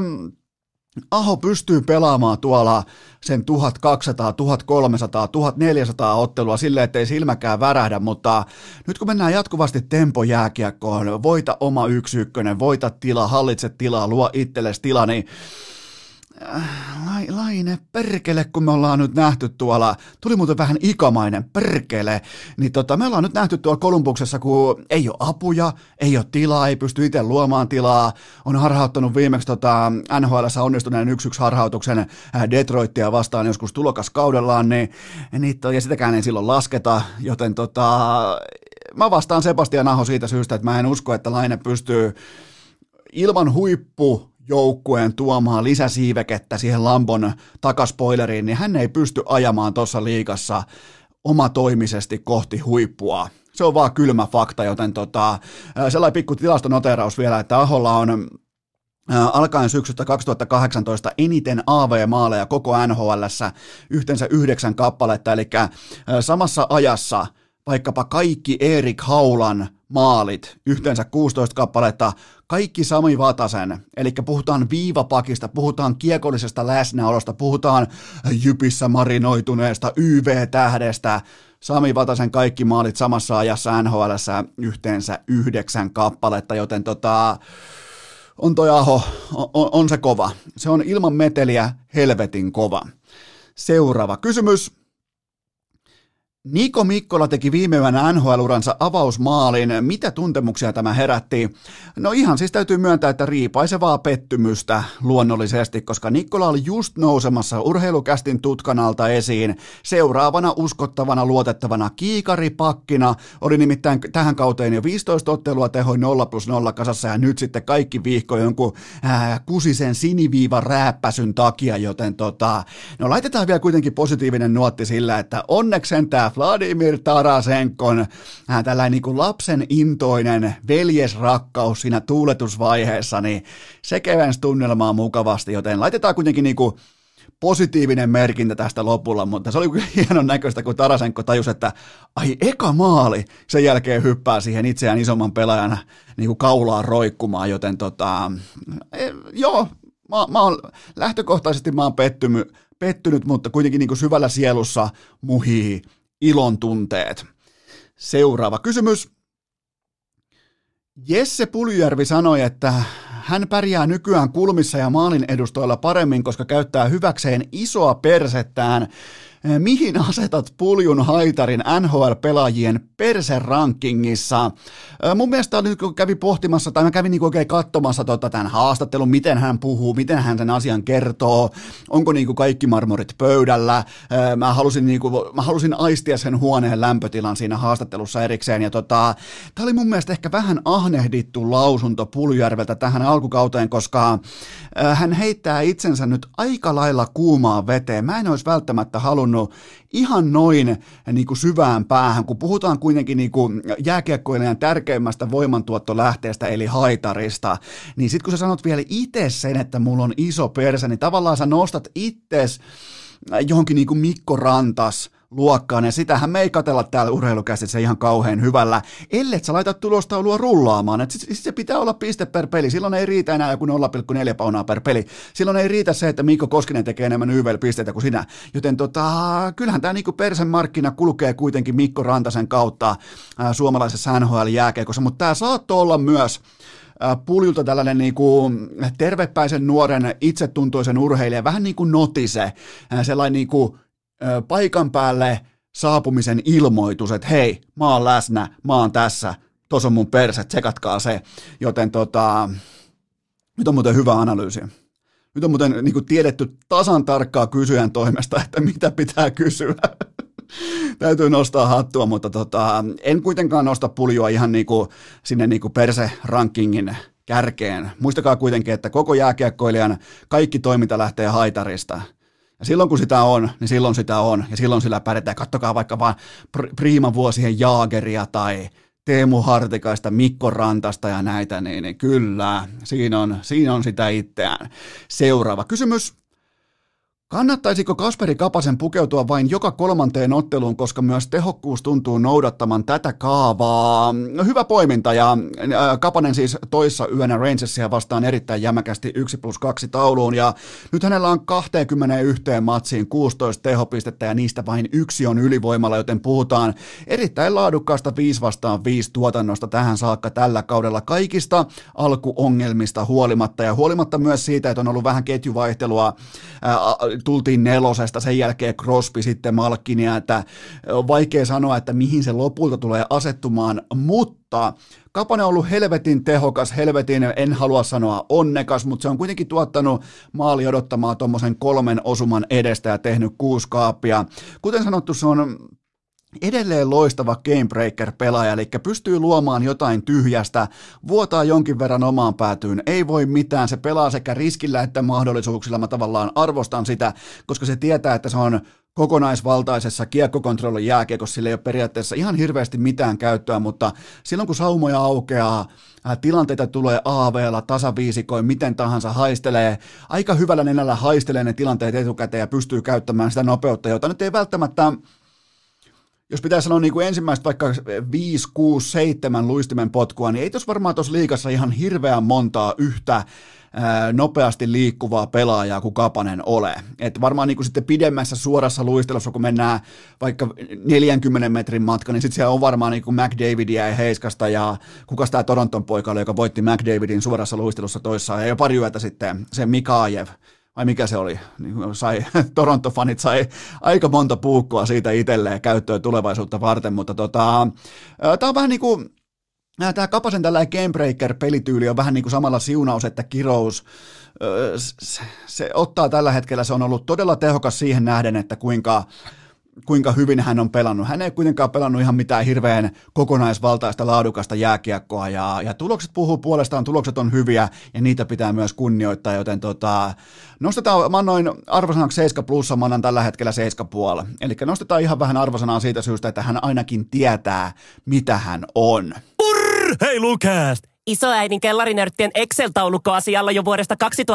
Aho pystyy pelaamaan tuolla sen 1200, 1300, 1400 ottelua silleen, ettei silmäkään värähdä, mutta nyt kun mennään jatkuvasti tempojääkiekkoon, voita oma 1-1, voita tila, hallitse tilaa, luo itsellesi tila, niin Laine, perkele, kun me ollaan nyt nähty tuolla, tuli muuten vähän ikamainen, perkele, niin me ollaan nyt nähty tuolla Kolumbuksessa, kun ei ole apuja, ei ole tilaa, ei pysty itse luomaan tilaa, on harhauttanut viimeksi NHL:ssä onnistuneen 1-1 harhautuksen Detroitia vastaan joskus tulokaskaudellaan, niin ja sitäkään ei silloin lasketa, joten mä vastaan Sebastian Aho siitä syystä, että mä en usko, että Laine pystyy ilman joukkueen tuomaan lisäsiivekettä siihen Lambon takaspoileriin, niin hän ei pysty ajamaan tuossa liigassa omatoimisesti kohti huippua. Se on vaan kylmä fakta, joten sellainen pikku tilastonoteraus vielä, että Aholla on alkaen syksystä 2018 eniten AV-maaleja koko NHL:ssä, yhteensä 9 kappaletta, eli samassa ajassa vaikkapa kaikki Erik Haulan maalit, yhteensä 16 kappaletta, kaikki Sami Vatasen, eli puhutaan viivapakista, puhutaan kiekollisesta läsnäolosta, puhutaan jypissä marinoituneesta YV-tähdestä, Sami Vatasen kaikki maalit samassa ajassa NHL:ssä yhteensä 9 kappaletta, joten on toi Aho, on se kova. Se on ilman meteliä helvetin kova. Seuraava kysymys. Niko Mikkola teki viime yönä NHL-uransa avausmaalin. Mitä tuntemuksia tämä herätti? No ihan siis täytyy myöntää, että riipaisevaa pettymystä luonnollisesti, koska Nikkola oli just nousemassa urheilukästin tutkan alta esiin. Seuraavana uskottavana, luotettavana kiikaripakkina oli nimittäin tähän kauteen jo 15 ottelua tehoi 0+0 kasassa ja nyt sitten kaikki viihko jonkun kusisen siniviivan rääppäsyn takia, joten no laitetaan vielä kuitenkin positiivinen nuotti sillä, että onneksi sentään Vladimir Tarasenkon tällainen niin kuin lapsen intoinen veljesrakkaus siinä tuuletusvaiheessa, niin se kevensi tunnelmaa mukavasti, joten laitetaan kuitenkin niin kuin positiivinen merkintä tästä lopulla, mutta se oli kyllä hienon näköistä, kun Tarasenko tajusi, että ai eka maali, sen jälkeen hyppää siihen itseään isomman pelaajan niin kuin kaulaan roikkumaan, joten joo, mä oon, lähtökohtaisesti mä oon pettynyt, mutta kuitenkin niin kuin syvällä sielussa muhii ilon tunteet. Seuraava kysymys. Jesse Puljujärvi sanoi, että hän pärjää nykyään kulmissa ja maalin edustoilla paremmin, koska käyttää hyväkseen isoa persettään. Mihin asetat Puljun haitarin NHL-pelaajien perserankingissa? Mun mielestä oli, kun kävin pohtimassa, tai mä kävin niin oikein katsomassa tämän haastattelun, miten hän puhuu, miten hän sen asian kertoo, onko niin kaikki marmorit pöydällä. Mä halusin aistia sen huoneen lämpötilan siinä haastattelussa erikseen, ja tää oli mun mielestä ehkä vähän ahnehdittu lausunto Puljujärveltä tähän alkukauteen, koska hän heittää itsensä nyt aika lailla kuumaan veteen. Mä en olisi välttämättä halunnut ihan noin niin kuin syvään päähän, kun puhutaan kuitenkin niin kuin jääkiekkoilijan tärkeimmästä voimantuottolähteestä, eli haitarista, niin sitten kun sä sanot vielä itse sen, että mulla on iso perse, niin tavallaan sä nostat itses johonkin niin kuin Mikko Rantas luokkaan, ja sitähän me ei katsella täällä urheilukästissä ihan kauhean hyvällä, ellei sä laitat tulostaulua rullaamaan, että se pitää olla piste per peli, silloin ei riitä enää joku 0,4 paunaa per peli, silloin ei riitä se, että Mikko Koskinen tekee enemmän YVL-pisteitä kuin sinä, joten kyllähän tämä niinku persemarkkina kulkee kuitenkin Mikko Rantasen kautta suomalaisessa NHL-jääkiekossa, mutta tämä saattoi olla myös Puljulta tällainen niinku tervepäisen nuoren itsetuntoisen urheilija, vähän niin kuin Notise, sellainen niinku paikan päälle saapumisen ilmoitus, että hei, mä oon läsnä, mä oon tässä, tuossa on mun perse, tsekatkaa se, joten nyt on muuten hyvä analyysi. Nyt on muuten niin kuin tiedetty tasan tarkkaa kysyjän toimesta, että mitä pitää kysyä. Täytyy nostaa hattua, mutta en kuitenkaan nosta Puljua ihan niin kuin sinne niin kuin perse-rankingin kärkeen. Muistakaa kuitenkin, että koko jääkiekkoilijan kaikki toiminta lähtee haitarista. Ja silloin kun sitä on, niin silloin sitä on, ja silloin sillä pärjätään. Kattokaa vaikka vaan Priima-vuosien Jaageria tai Teemu Hartikaista, Mikko Rantasta ja näitä, niin kyllä, siinä on sitä itseään. Seuraava kysymys. Kannattaisiko Kasperi Kapasen pukeutua vain joka kolmanteen otteluun, koska myös tehokkuus tuntuu noudattaman tätä kaavaa? No, hyvä poiminta, ja Kapanen siis toissa yönä Rangersia vastaan erittäin jämäkästi 1+2 tauluun, ja nyt hänellä on 21 matsiin 16 tehopistettä, ja niistä vain yksi on ylivoimalla, joten puhutaan erittäin laadukkaasta 5-5 tuotannosta tähän saakka tällä kaudella kaikista alkuongelmista huolimatta, ja huolimatta myös siitä, että on ollut vähän ketjuvaihtelua, tultiin 4, sen jälkeen Crosby, sitten Malkkinia, että on vaikea sanoa, että mihin se lopulta tulee asettumaan, mutta Kapanen on ollut helvetin tehokas, en halua sanoa onnekas, mutta se on kuitenkin tuottanut maali odottamaan tuommoisen 3 osuman edestä ja tehnyt 6 kaappia. Kuten sanottu, se on edelleen loistava gamebreaker-pelaaja, eli pystyy luomaan jotain tyhjästä, vuotaa jonkin verran omaan päätyyn, ei voi mitään, se pelaa sekä riskillä että mahdollisuuksilla, mä tavallaan arvostan sitä, koska se tietää, että se on kokonaisvaltaisessa kiekkokontrollin jääkiekossa, sillä ei ole periaatteessa ihan hirveästi mitään käyttöä, mutta silloin kun saumoja aukeaa, tilanteita tulee AV:lla, tasaviisikoin, miten tahansa haistelee, aika hyvällä nenällä haistelee ne tilanteet etukäteen ja pystyy käyttämään sitä nopeutta, jota nyt ei välttämättä jos pitää sanoa niin kuin ensimmäistä vaikka 5, 6, 7 luistimen potkua, niin ei varmaan tuossa liigassa ihan hirveän montaa yhtä nopeasti liikkuvaa pelaajaa kuin Kapanen ole. Et varmaan niin kuin sitten pidemmässä suorassa luistelussa, kun mennään vaikka 40 metrin matka, niin sitten siellä on varmaan niin kuin McDavidia ja Heiskasta ja kukas tämä Toronton poika oli, joka voitti McDavidin suorassa luistelussa toissaan ja jo pari yötä sitten se Mikhaev. Vai mikä se oli? Toronto-fanit sai aika monta puukkoa siitä itselleen käyttöön tulevaisuutta varten, mutta tämä on vähän niin kuin, tämä Kapasen tällainen gamebreaker-pelityyli on vähän niin kuin samalla siunaus, että kirous, se ottaa tällä hetkellä, se on ollut todella tehokas siihen nähden, että kuinka hyvin hän on pelannut. Hän ei kuitenkaan pelannut ihan mitään hirveän kokonaisvaltaista laadukasta jääkiekkoa ja tulokset puhuu puolestaan, tulokset on hyviä ja niitä pitää myös kunnioittaa, joten nostetaan, mä annoin arvosanaksi 7 plussa, mä annan tällä hetkellä 7,5. Eli nostetaan ihan vähän arvosanaa siitä syystä, että hän ainakin tietää, mitä hän on. Hei Lukast! Isoäidin kellarinörttien Excel-taulukko asialla jo vuodesta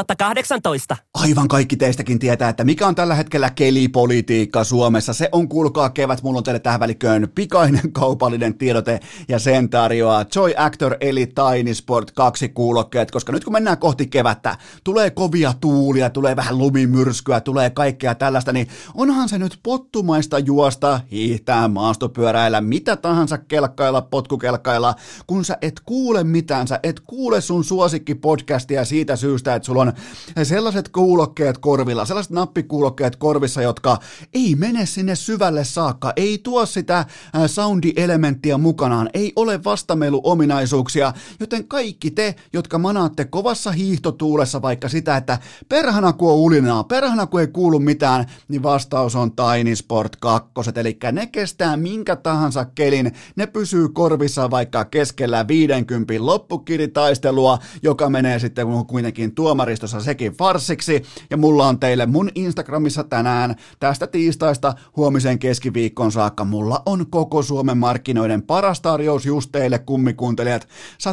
2018. Aivan kaikki teistäkin tietää, että mikä on tällä hetkellä kelipolitiikka Suomessa. Se on, kuulkaa kevät, mulla on teille tähän välikköön pikainen kaupallinen tiedote ja sen tarjoaa Joy Actor eli Tiny Sport 2 kuulokkeet, koska nyt kun mennään kohti kevättä, tulee kovia tuulia, tulee vähän lumimyrskyä, tulee kaikkea tällaista, niin onhan se nyt pottumaista juosta, hiihtää, maastopyöräillä, mitä tahansa kelkkailla, potkukelkkailla, kun sä et kuule mitään. Sä et kuule sun suosikkipodcastia siitä syystä, että sulla on sellaiset kuulokkeet korvilla, sellaiset nappikuulokkeet korvissa, jotka ei mene sinne syvälle saakka, ei tuo sitä soundi-elementtiä mukanaan, ei ole vastameluominaisuuksia, joten kaikki te, jotka manaatte kovassa hiihtotuulessa vaikka sitä, että perhana kun on ulinaa, perhana kun ei kuulu mitään, niin vastaus on Tiny Sport 2, eli ne kestää minkä tahansa kelin, ne pysyy korvissa vaikka keskellä 50 loppukiritaistelua, joka menee sitten kuitenkin tuomaristossa sekin farssiksi, ja mulla on teille mun Instagramissa tänään tästä tiistaista huomiseen keskiviikkoon saakka, mulla on koko Suomen markkinoiden paras tarjous just teille kummikuuntelijat,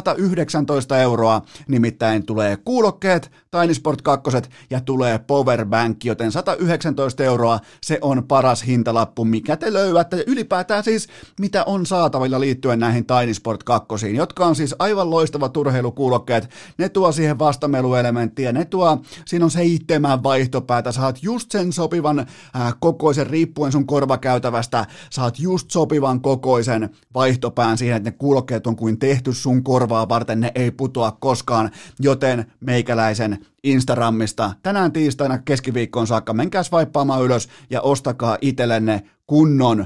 119 €, nimittäin tulee kuulokkeet, Tiny Sport 2 ja tulee powerbank, joten 119 €, se on paras hintalappu, mikä te löydätte, ylipäätään siis mitä on saatavilla liittyen näihin Tiny Sport 2, jotka on siis aivan loistavat urheilukuulokkeet, ne tuo siihen vastameluelementtiä, ne tuo, siinä on 7 vaihtopäätä, saat just sen sopivan kokoisen, riippuen sun korvakäytävästä, saat just sopivan kokoisen vaihtopään siihen, että ne kuulokkeet on kuin tehty sun korvaa varten, ne ei putoa koskaan, joten meikäläisen Instagramista tänään tiistaina keskiviikkoon saakka, menkää swipaamaan ylös ja ostakaa itsellenne kunnon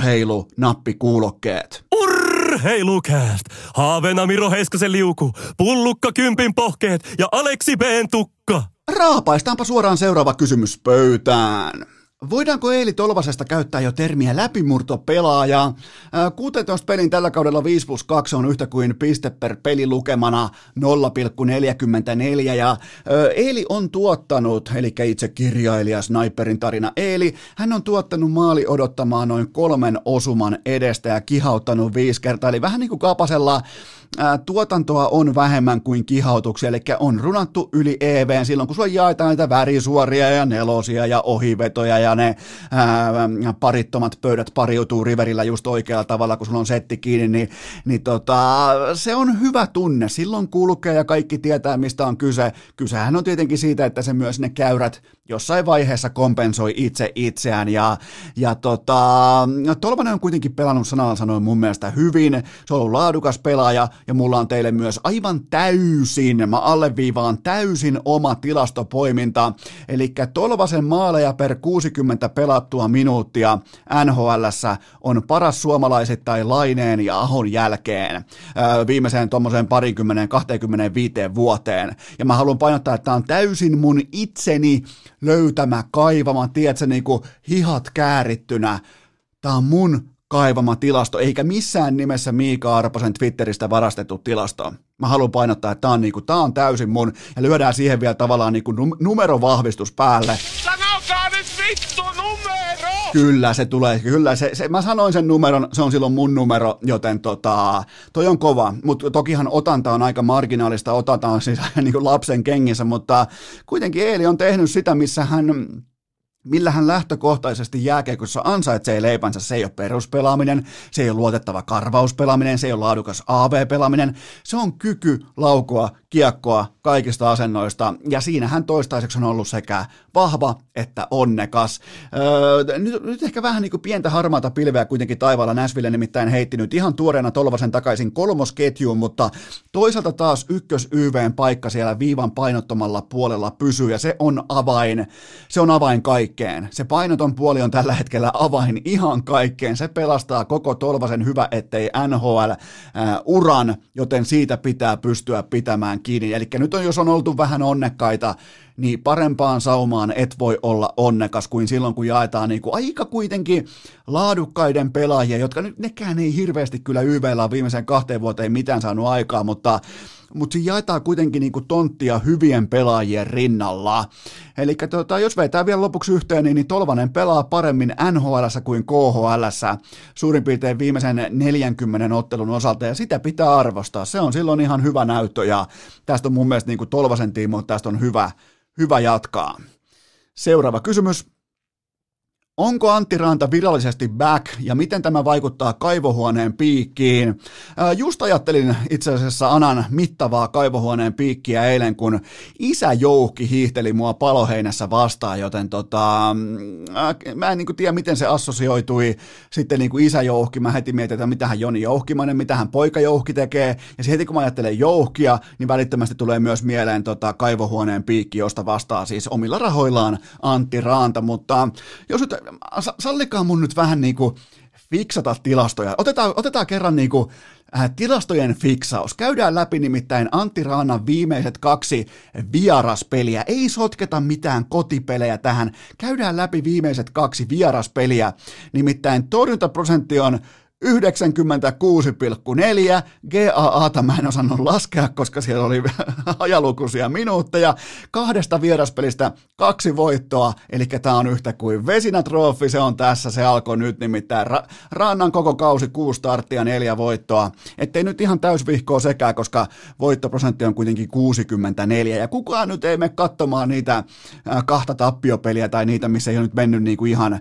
urheilunappikuulokkeet. Urheilukääst! Haaveena Miro Heiskasen liuku, Pullukka Kympin pohkeet ja Aleksi B:n tukka. Raapaistaanpa suoraan seuraava kysymys pöytään. Voidaanko Eeli Tolvasesta käyttää jo termiä läpimurtopelaaja? 16 pelin tällä kaudella 5+2 on yhtä kuin piste per peli lukemana 0,44 ja Eeli on tuottanut, eli itse kirjailija Sniperin tarina Eeli, hän on tuottanut maali odottamaan noin 3 osuman edestä ja kihauttanut 5 kertaa, eli vähän niin kuin Kapasella tuotantoa on vähemmän kuin kihautuksia, eli on runattu yli EV:n silloin, kun sulla jaetaan näitä värisuoria ja nelosia ja ohivetoja ja ne parittomat pöydät pariutuu riverillä just oikealla tavalla, kun sulla on setti kiinni, niin se on hyvä tunne. Silloin kulkee ja kaikki tietää, mistä on kyse. Kysehän on tietenkin siitä, että se myös ne käyrät jossain vaiheessa kompensoi itse itseään ja Tolvanen on kuitenkin pelannut sanalla sanoen mun mielestä hyvin, se on ollut laadukas pelaaja ja mulla on teille myös aivan täysin, mä alleviivaan täysin oma tilastopoiminta, eli Tolvasen maaleja per 60 pelattua minuuttia NHL:ssä on paras suomalaisittain Laineen ja Ahon jälkeen viimeiseen tommoseen 20-25 vuoteen, ja mä haluan painottaa, että tää on täysin mun itseni löytämä, kaivama, tiedätkö, niin kuin hihat käärittynä. Tää on mun kaivama tilasto, eikä missään nimessä Miika Arposen Twitteristä varastettu tilasto. Mä haluan painottaa, että tää on täysin mun, ja lyödään siihen vielä tavallaan niin kuin numerovahvistus päälle. Sanokaa nyt vittu numero! Kyllä se tulee, kyllä mä sanoin sen numeron, se on silloin mun numero, joten toi on kova, mutta tokihan otanta on aika marginaalista, otanta on siis niin kuin lapsen kengissä, mutta kuitenkin Eeli on tehnyt sitä, missä hän millä hän lähtökohtaisesti jääkiekossa ansaitsee leipänsä. Se ei ole peruspelaaminen, se ei ole luotettava karvauspelaaminen, se ei ole laadukas AV-pelaaminen, se on kyky laukoa kiekkoa kaikista asennoista, ja siinä hän toistaiseksi on ollut sekä vahva että onnekas. Nyt ehkä vähän niin kuin pientä harmaata pilveä kuitenkin taivaalla Nashville nimittäin heitti nyt ihan tuoreena Tolvasen takaisin kolmosketjuun, mutta toisaalta taas ykkös-YV:n paikka siellä viivan painottomalla puolella pysyy, ja se on avain kaikkeen. Se painoton puoli on tällä hetkellä avain ihan kaikkeen. Se pelastaa koko Tolvasen hyvä ettei NHL-uran, joten siitä pitää pystyä pitämään kiinni. Eli nyt jos on oltu vähän onnekkaita, niin parempaan saumaan et voi olla onnekas kuin silloin, kun jaetaan niin kuin aika kuitenkin laadukkaiden pelaajia, jotka nyt nekään ei hirveästi kyllä YV:llä on viimeiseen 2 vuoteen mitään saanut aikaa, mutta siinä jaetaan kuitenkin niin kuin tonttia hyvien pelaajien rinnalla. Eli jos vetää vielä lopuksi yhteen, niin Tolvanen pelaa paremmin NHL:ssä kuin KHL:ssä suurin piirtein viimeisen 40 ottelun osalta, ja sitä pitää arvostaa. Se on silloin ihan hyvä näyttö, ja tästä on mun mielestä niin kuin Tolvasen tiimoilta tästä on hyvä jatkaa. Seuraava kysymys. Onko Antti Raanta virallisesti back, ja miten tämä vaikuttaa kaivohuoneen piikkiin? Just ajattelin itse asiassa Anan mittavaa kaivohuoneen piikkiä eilen, kun isä Jouhki hiihteli mua Paloheinässä vastaan, joten mä en tiedä, miten se assosioitui sitten isä Jouhki. Mä heti mietin, että mitähän Joni Jouhkimainen, mitähän poika Jouhki tekee, ja heti kun mä ajattelen Jouhkia, niin välittömästi tulee myös mieleen kaivohuoneen piikki, josta vastaa siis omilla rahoillaan Antti Raanta, mutta jos nyt sallikaa mun nyt vähän fiksata tilastoja. Otetaan kerran tilastojen fiksaus. Käydään läpi nimittäin Antti Raannan viimeiset 2 vieraspeliä. Ei sotketa mitään kotipelejä tähän. Käydään läpi viimeiset 2 vieraspeliä. Nimittäin torjuntaprosentti on 96,4, GAAta mä en osannut laskea, koska siellä oli hajalukuisia minuutteja, 2 vieraspelistä 2 voittoa, eli tää on yhtä kuin Vesina-troofi, se on tässä, se alkoi nyt nimittäin Rannan koko kausi 6 starttia, 4 voittoa, ettei nyt ihan täysvihkoa sekään, koska voittoprosentti on kuitenkin 64, ja kukaan nyt ei mene katsomaan niitä 2 tappiopeliä tai niitä, missä ei ole nyt mennyt ihan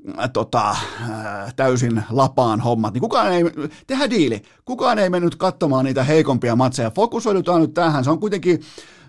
täysin lapaan hommat, niin tehdään diili, kukaan ei mennyt katsomaan niitä heikompia matseja, fokusoidutaan nyt tähän, se on kuitenkin,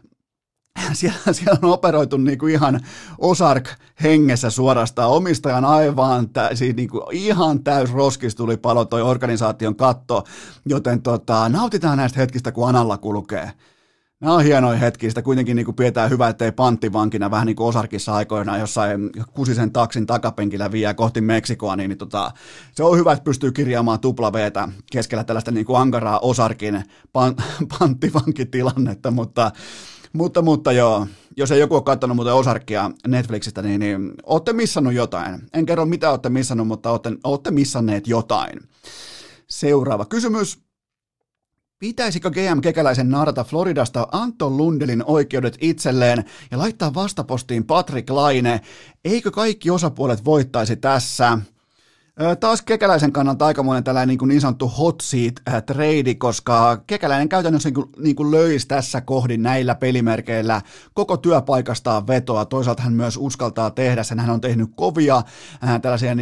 siellä on operoitu ihan Ozark hengessä suorastaan, omistajan aivan ihan täys roskis tuli palo toi organisaation katto, joten nautitaan näistä hetkistä, kun Analla kulkee. Nämä on hienoja hetkiä, sitä kuitenkin pidetään hyvä, ettei panttivankina vähän niin kuin Ozarkissa aikoinaan jossain kusisen taksin takapenkillä vie kohti Meksikoa, niin se on hyvä, että pystyy kirjaamaan W-tä keskellä tällaista ankaraa Ozarkin panttivankitilannetta, mutta joo, jos ei joku ole katsonut muuten Ozarkia Netflixistä, niin olette missannut jotain. En kerro mitä olette missannut, mutta olette missanneet jotain. Seuraava kysymys. Pitäisikö GM Kekäläisen naarata Floridasta Anton Lundelin oikeudet itselleen ja laittaa vastapostiin Patrick Laine? Eikö kaikki osapuolet voittaisi tässä? Taas Kekäläisen kannalta aikamoinen tällainen niin sanottu hot seat trade, koska Kekäläinen käytännössä löisi tässä kohdin näillä pelimerkeillä koko työpaikastaan vetoa. Toisaalta hän myös uskaltaa tehdä sen. Hän on tehnyt kovia tällaisia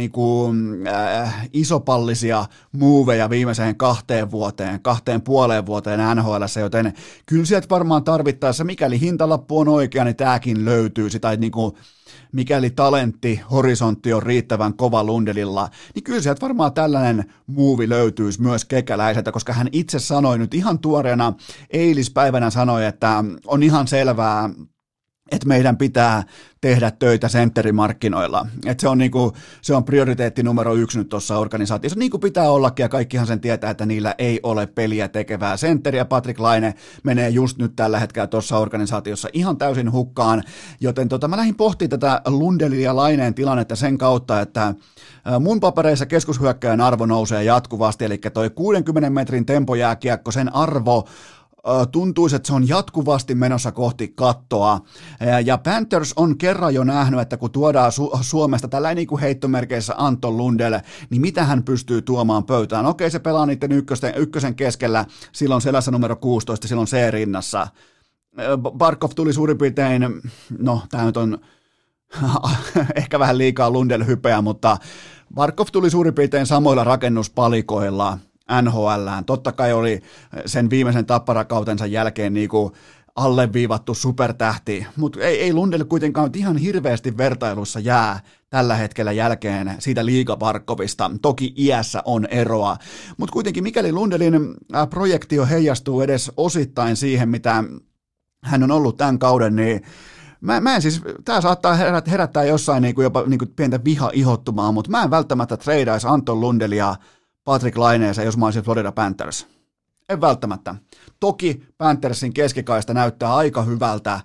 isopallisia moveja viimeiseen 2 vuoteen, 2,5 vuoteen NHL:ssä, joten kyllä sieltä varmaan tarvittaessa, mikäli hintalappu on oikea, niin tämäkin löytyy. Tai mikäli horisontti on riittävän kova Lundelilla, niin kyllä sieltä varmaan tällainen muuvi löytyisi myös Kekäläiseltä, koska hän itse sanoi nyt ihan tuoreena eilispäivänä sanoi, että on ihan selvää, että meidän pitää tehdä töitä sentterimarkkinoilla. Että se on prioriteetti numero 1 nyt tuossa organisaatiossa, niin kuin pitää ollakin, ja kaikkihan sen tietää, että niillä ei ole peliä tekevää sentteriä. Patrick Laine menee just nyt tällä hetkellä tuossa organisaatiossa ihan täysin hukkaan, joten mä lähdin pohtimaan tätä Lundelin ja Laineen tilannetta sen kautta, että mun papereissa keskushyökkäjän arvo nousee jatkuvasti, eli toi 60 metrin tempojääkiekko, sen arvo tuntuisi, että se on jatkuvasti menossa kohti kattoa, ja Panthers on kerran jo nähnyt, että kun tuodaan Suomesta tällainen niin kuin heittomerkeissä Anton Lundell, niin mitä hän pystyy tuomaan pöytään? Okei, se pelaa niiden ykkösen keskellä, silloin selässä numero 16, silloin C-rinnassa. Barkov tuli suurin piirtein, no tämä nyt on ehkä vähän liikaa Lundell-hypeä, mutta Barkov tuli suurin piirtein samoilla rakennuspalikoilla NHL:ään. Totta kai oli sen viimeisen tapparakautensa jälkeen niin kuin alleviivattu supertähti, mutta ei Lundell kuitenkaan ihan hirveästi vertailussa jää tällä hetkellä jälkeen siitä liiga Barkovista. Toki iässä on eroa, mutta kuitenkin mikäli Lundellin projektio heijastuu edes osittain siihen, mitä hän on ollut tämän kauden, niin mä en siis, tää saattaa herättää jossain jopa pientä viha-ihottumaa, mutta mä en välttämättä treidaisi Anton Lundellia Patrick Laineeseen, jos mä olisin Florida Panthers. En välttämättä. Toki Panthersin keskikaista näyttää aika hyvältä.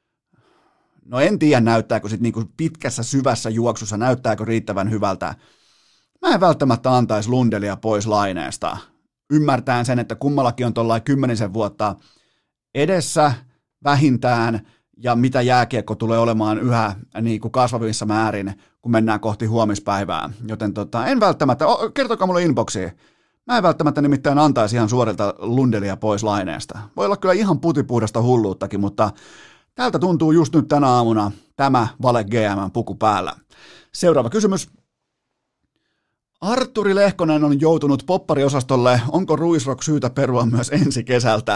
No en tiedä näyttääkö sitten niinku pitkässä syvässä juoksussa, näyttääkö riittävän hyvältä. Mä en välttämättä antaisi Lundellia pois Laineesta. Ymmärtäen sen, että kummallakin on tuollainen 10 vuotta edessä vähintään, ja mitä jääkiekko tulee olemaan yhä niin kuin kasvavissa määrin, kun mennään kohti huomispäivää. Joten en välttämättä, kertokaa mulle inboxiin. Mä en välttämättä nimittäin antaisi ihan suorilta Lundellia pois Laineesta. Voi olla kyllä ihan putipuhdasta hulluuttakin, mutta tältä tuntuu just nyt tänä aamuna tämä Vale GM:n puku päällä. Seuraava kysymys. Artturi Lehkonen on joutunut poppariosastolle. Onko Ruisrock syytä perua myös ensi kesältä?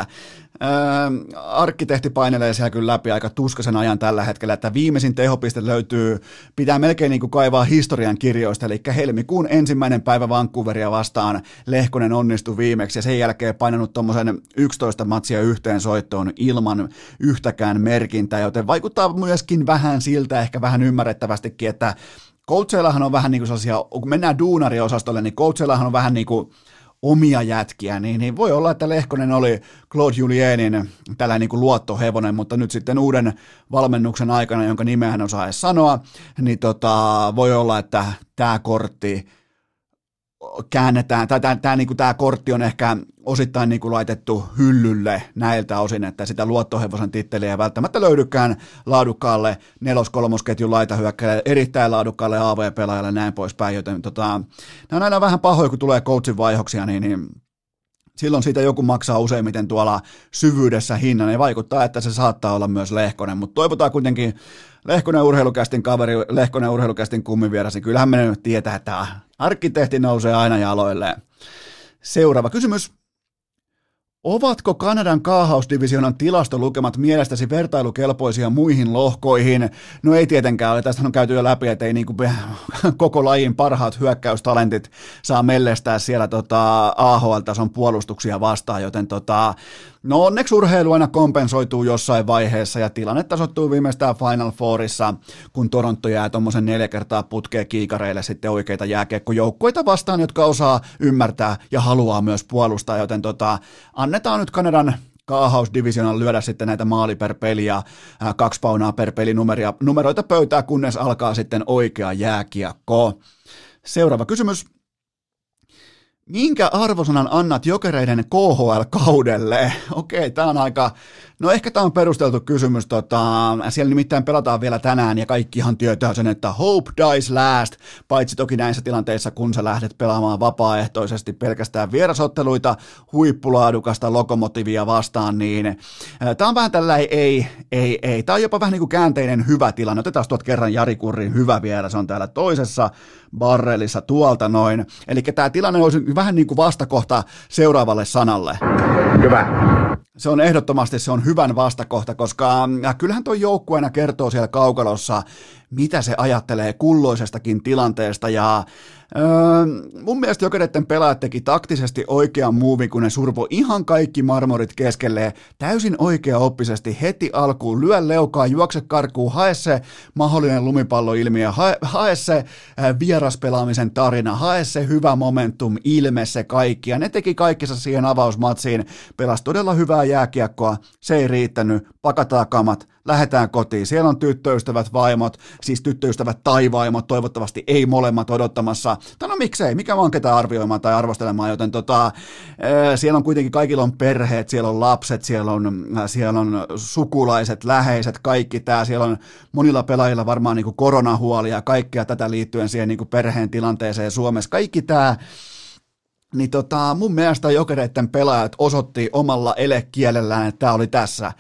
Arkkitehti painelee siellä kyllä läpi aika tuskaisen ajan tällä hetkellä, että viimeisin tehopiste löytyy, pitää melkein niin kuin kaivaa historian kirjoista, eli helmikuun 1. päivä Vancouveria vastaan Lehkonen onnistui viimeksi, ja sen jälkeen painanut tuommoisen 11 matsia yhteen soittoon ilman yhtäkään merkintää, joten vaikuttaa myöskin vähän siltä, ehkä vähän ymmärrettävästikin, että coacheillahan on vähän niin kuin sellaisia, kun mennään duunariosastolle, niin coacheillahan on vähän niin kuin omia jätkiä, niin voi olla, että Lehkonen oli Claude Julienin tällainen niin kuin luottohevonen, mutta nyt sitten uuden valmennuksen aikana, jonka nimeä hän osaa edes sanoa, niin voi olla, että tämä kortti käännetään, tai tämä kortti on ehkä osittain niin kuin laitettu hyllylle näiltä osin, että sitä luottohevosen titteliä ei välttämättä löydykään laadukkaalle 4-3 ketjun laitahyökkääjälle, erittäin laadukkaalle AV-pelaajalle näin poispäin, joten nämä on aina vähän pahoja, kun tulee coachin vaihoksia, niin silloin siitä joku maksaa useimmiten tuolla syvyydessä hinnan, ja vaikuttaa, että se saattaa olla myös Lehkonen, mutta toivotaan kuitenkin Lehkonen urheilukästin kaveri, Lehkonen urheilukästin kumminvieras, niin kyllähän me nyt tietää, että arkkitehti nousee aina jaloilleen. Seuraava kysymys. Ovatko Kanadan kaahausdivisioonan tilastolukemat mielestäsi vertailukelpoisia muihin lohkoihin? No ei tietenkään ole. Tästä on käyty jo läpi, että ei niin kuin koko lajin parhaat hyökkäystalentit saa mellestää siellä AHL-tason puolustuksia vastaan, joten no onneksi urheilu aina kompensoituu jossain vaiheessa ja tilanne tasoittuu viimeistään Final Fourissa, kun Toronto jää tuommoisen 4 kertaa putkeen kiikareille sitten oikeita jääkiekkojoukkueita vastaan, jotka osaa ymmärtää ja haluaa myös puolustaa, joten annetaan nyt Kanadan kaahausdivisionan lyödä sitten näitä maali per peli ja 2 paunaa per peli numeroita pöytää, kunnes alkaa sitten oikea jääkiekko. Seuraava kysymys. Minkä arvosanan annat Jokereiden KHL-kaudelle? Okei, tämä on aika, no ehkä tämä on perusteltu kysymys, siellä nimittäin pelataan vielä tänään ja kaikkihan tietää sen, että hope dies last, paitsi toki näissä tilanteissa, kun sä lähdet pelaamaan vapaaehtoisesti pelkästään vierasotteluita, huippulaadukasta Lokomotivia vastaan, niin tämä on vähän tällainen ei, tämä on jopa vähän niin kuin käänteinen hyvä tilanne, otetaan tuot kerran Jari Kurrin hyvä vieras, on täällä toisessa barrelissa tuolta noin, eli tämä tilanne olisi vähän niin kuin vastakohta seuraavalle sanalle. Hyvä. Se on ehdottomasti hyvän vastakohta, koska kyllähän tuo joukkue aina kertoo siellä kaukalossa, mitä se ajattelee kulloisestakin tilanteesta, ja mun mielestä Jokereiden pelaajat teki taktisesti oikean muuvin, kun ne survo ihan kaikki marmorit keskelleen täysin oikeaoppisesti heti alkuun, lyö leukaa, juokse karkuun, hae se mahdollinen lumipalloilmiö, hae se vieraspelaamisen tarina, hae se hyvä momentum, ilme se kaikki, ja ne teki kaikkensa siihen avausmatsiin, pelasi todella hyvää jääkiekkoa, se ei riittänyt, pakataan kamat, lähdetään kotiin, siellä on tyttöystävät vaimot, siis tyttöystävät tai vaimot, toivottavasti ei molemmat odottamassa, tai no miksei, mikä vaan ketään arvioimaan tai arvostelemaan, joten siellä on kuitenkin, kaikilla on perheet, siellä on lapset, siellä on sukulaiset, läheiset, kaikki tämä, siellä on monilla pelaajilla varmaan niin kuin koronahuolia ja kaikkea tätä liittyen siihen niin kuin perheen tilanteeseen Suomessa, kaikki tämä, niin mun mielestä Jokereiden pelaajat osoitti omalla elekielellään, että tämä oli tässä.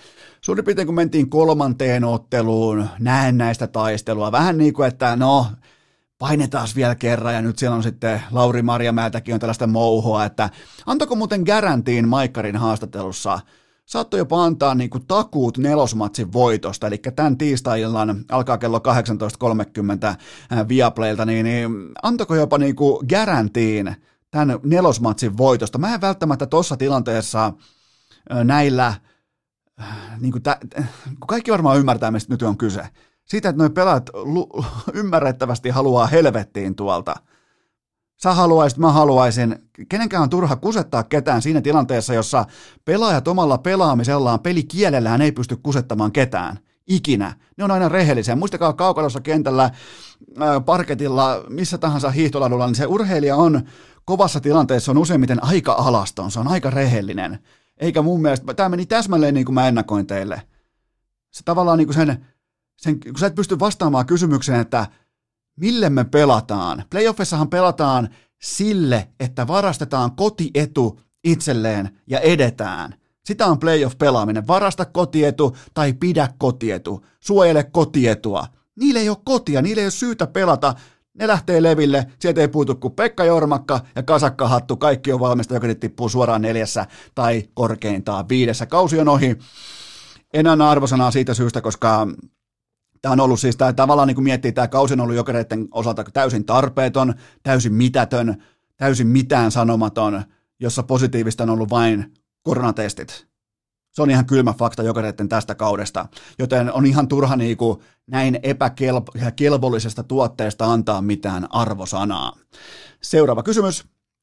suurin piirtein kun mentiin 3. otteluun, näennäistä taistelua, vähän niin kuin, että no, painetaan vielä kerran, ja nyt siellä on sitten Lauri Marjamäeltäkin on tällaista mouhoa, että antako muuten garantiin Maikkarin haastattelussa, saattoi jopa antaa niin kuin takuut 4. voitosta, eli tämän tiistai-illan alkaa kello 18.30 Viaplaylta, niin antako jopa niin kuin garantiin tämän 4. voitosta. Mä en välttämättä tuossa tilanteessa näillä, niin kuin kun kaikki varmaan ymmärtää, mistä nyt on kyse. Siitä, että nuo pelaat ymmärrettävästi haluaa helvettiin tuolta. Sä haluaisit, mä haluaisin. Kenenkään on turha kusettaa ketään siinä tilanteessa, jossa pelaajat omalla pelaamisellaan, pelikielellään ei pysty kusettamaan ketään. Ikinä. Ne on aina rehellisiä. Muistakaa kaukalossa kentällä, parketilla, missä tahansa hiihtoladulla, niin se urheilija on kovassa tilanteessa on useimmiten aika alaston, se on aika rehellinen. Eikä mun mielestä, tämä meni täsmälleen niin kuin mä ennakoin teille. Se tavallaan niin kuin sen, kun sä et pysty vastaamaan kysymykseen, että mille me pelataan. Playoffissahan pelataan sille, että varastetaan kotietu itselleen ja edetään. Sitä on playoff-pelaaminen. Varasta kotietu tai pidä kotietu. Suojele kotietua. Niillä ei ole kotia, niillä ei ole syytä pelata. Ne lähtee leville, sieltä ei puutu kuin Pekka Jormakka ja kasakkahattu. Kaikki on valmista, joka tippuu suoraan 4 tai korkeintaan 5. Kausi on ohi. En anna arvosanaa siitä syystä, koska tämä on ollut siis, tämä tavallaan niin kuin miettii, tämä kausi on ollut Jokereiden osalta täysin tarpeeton, täysin mitätön, täysin mitään sanomaton, jossa positiivista on ollut vain koronatestit. Se on ihan kylmä fakta Jokereiden tästä kaudesta, joten on ihan turha niin kuin näin epäkelvollisesta tuotteesta antaa mitään arvosanaa. Seuraava kysymys.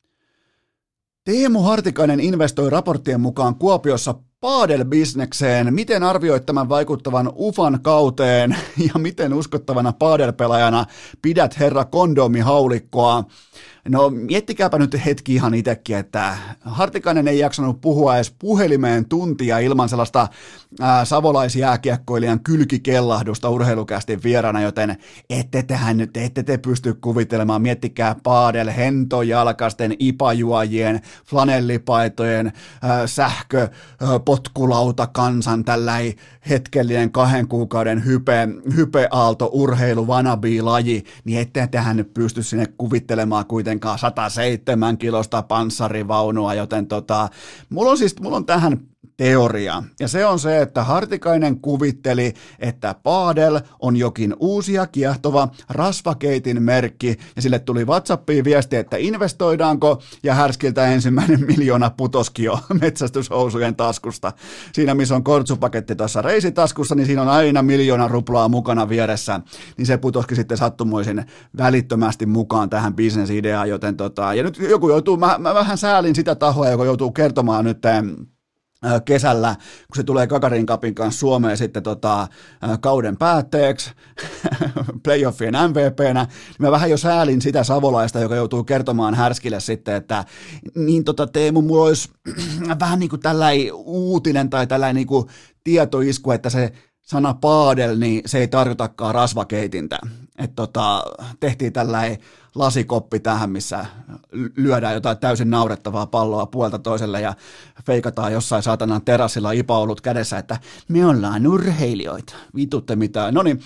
Teemu Hartikainen investoi raporttien mukaan Kuopiossa padelbisnekseen. Miten arvioit tämän vaikuttavan UFAn kauteen ja miten uskottavana padelpelaajana pidät herra kondomihaulikkoa? No miettikääpä nyt hetki ihan itsekin, että Hartikainen ei jaksanut puhua edes puhelimeen tuntia ilman sellaista savolaisjääkiekkoilijan kylkikelahdusta urheilukästin vieraana, joten ette te pysty kuvittelemaan, miettikää paadel, hentojalkasten, ipajuojien, flanellipaitojen, sähköpotkulauta kansan tällainen hetkellinen 2 kuukauden hypeaalto urheilu wannabe-laji, niin ette tähän nyt pysty sinne kuvittelemaan kuitenkaan 107 kilosta panssarivaunua, joten mulla on tähän teoria, ja se on se, että Hartikainen kuvitteli, että paadel on jokin uusi ja kiehtova rasvakeitin merkki, ja sille tuli WhatsAppiin viesti, että investoidaanko, ja Härskiltä ensimmäinen 1 miljoona putoski jo metsästyshousujen taskusta. Siinä, missä on kortsupaketti tuossa reisitaskussa, niin siinä on aina 1 miljoona ruplaa mukana vieressä, niin se putoski sitten sattumoisin välittömästi mukaan tähän bisnesideaan, joten ja nyt joku joutuu, mä vähän säälin sitä tahoa, joka joutuu kertomaan nyt kesällä, kun se tulee Gagarin Cupin kanssa Suomeen sitten kauden päätteeksi, playoffien MVPnä, niin mä vähän jo säälin sitä savolaista, joka joutuu kertomaan Härskille sitten, että niin Teemu, mulla olisi vähän niin kuin tällainen uutinen tai tällainen niin kuin tietoisku, että se sana paadel, niin se ei tarkoitakaan rasvakeitintä. Että tehtiin tällainen lasikoppi tähän, missä lyödään jotain täysin naurettavaa palloa puolta toiselle ja feikataan jossain saatanan terassilla ipaolut kädessä, että me ollaan urheilijoita, vitutte mitään. No niin,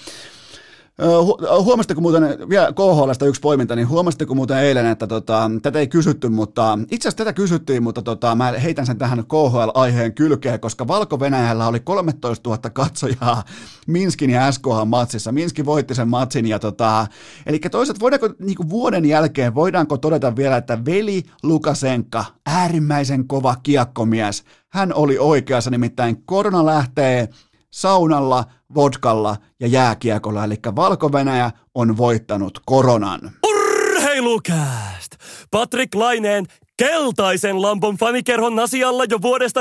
huomasitteko muuten, vielä KHL:stä yksi poiminta, niin huomasitteko muuten eilen, että tätä ei kysytty, mutta itse asiassa tätä kysyttiin, mutta mä heitän sen tähän KHL-aiheen kylkeen, koska Valko-Venäjällä oli 13 000 katsojaa Minskin ja SKH-matsissa. Minski voitti sen matsin, ja eli toisaalta voidaanko niin vuoden jälkeen, voidaanko todeta vielä, että Veli Lukasenka, äärimmäisen kova kiekkomies, hän oli oikeassa, nimittäin korona lähtee saunalla, vodkalla ja jääkiekolla, eli Valko-Venäjä on voittanut koronan. Urheilukääst! Patrik Laineen keltaisen lampon fanikerhon asialla jo vuodesta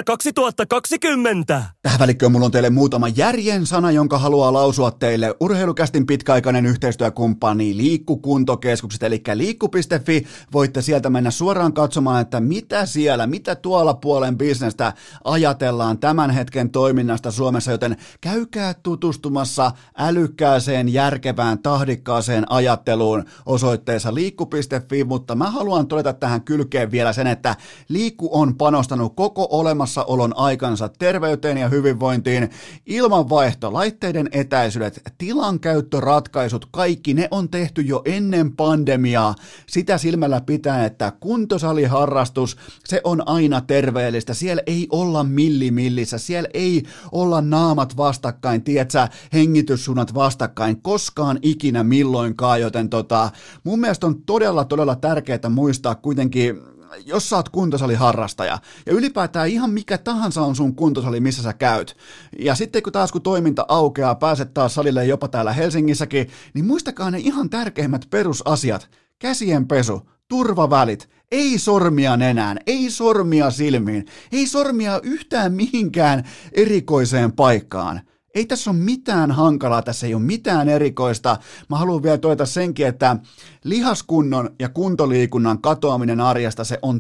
2020. Tähän välikköön mulla on teille muutama järjen sana, jonka haluaa lausua teille urheilukästin pitkäaikainen yhteistyökumppani Liikkukuntokeskukset, eli liikku.fi. Voitte sieltä mennä suoraan katsomaan, että mitä tuolla puolen bisnestä ajatellaan tämän hetken toiminnasta Suomessa, joten käykää tutustumassa älykkääseen, järkevään, tahdikkaaseen ajatteluun osoitteessa liikku.fi, mutta mä haluan todeta tähän kylkeen vielä vielä sen, että Liikku on panostanut koko olemassaolon aikansa terveyteen ja hyvinvointiin. Ilmanvaihto, laitteiden etäisyydet, tilankäyttöratkaisut, kaikki ne on tehty jo ennen pandemiaa. Sitä silmällä pitää, että kuntosaliharrastus, se on aina terveellistä. Siellä ei olla millimillissä, siellä ei olla naamat vastakkain, tietsä, hengityssuunnat vastakkain, koskaan ikinä milloinkaan, joten mun mielestä on todella tärkeää muistaa kuitenkin, jos sä oot kuntosaliharrastaja, ja ylipäätään ihan mikä tahansa on sun kuntosali, missä sä käyt, ja sitten kun toiminta aukeaa, pääset taas salille jopa täällä Helsingissäkin, niin muistakaa ne ihan tärkeimmät perusasiat, käsienpesu, turvavälit, ei sormia nenään, ei sormia silmiin, ei sormia yhtään mihinkään erikoiseen paikkaan. Ei tässä ole mitään hankalaa, tässä ei ole mitään erikoista. Mä haluan vielä todeta senkin, että lihaskunnon ja kuntoliikunnan katoaminen arjesta, se on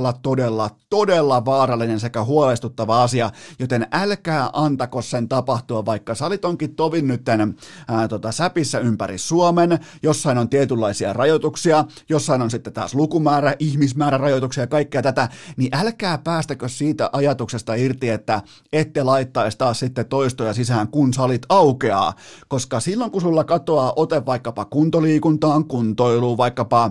todella vaarallinen sekä huolestuttava asia, joten älkää antako sen tapahtua, vaikka salit onkin tovin nytten säpissä ympäri Suomen, jossain on tietynlaisia rajoituksia, jossain on sitten taas lukumäärä, ihmismäärä rajoituksia ja kaikkea tätä, niin älkää päästäkö siitä ajatuksesta irti, että ette laittaisi taas sitten toistoja sisään, kun salit aukeaa, koska silloin kun sulla katoaa ote vaikkapa kuntoliikuntaan, kuntoiluun, vaikkapa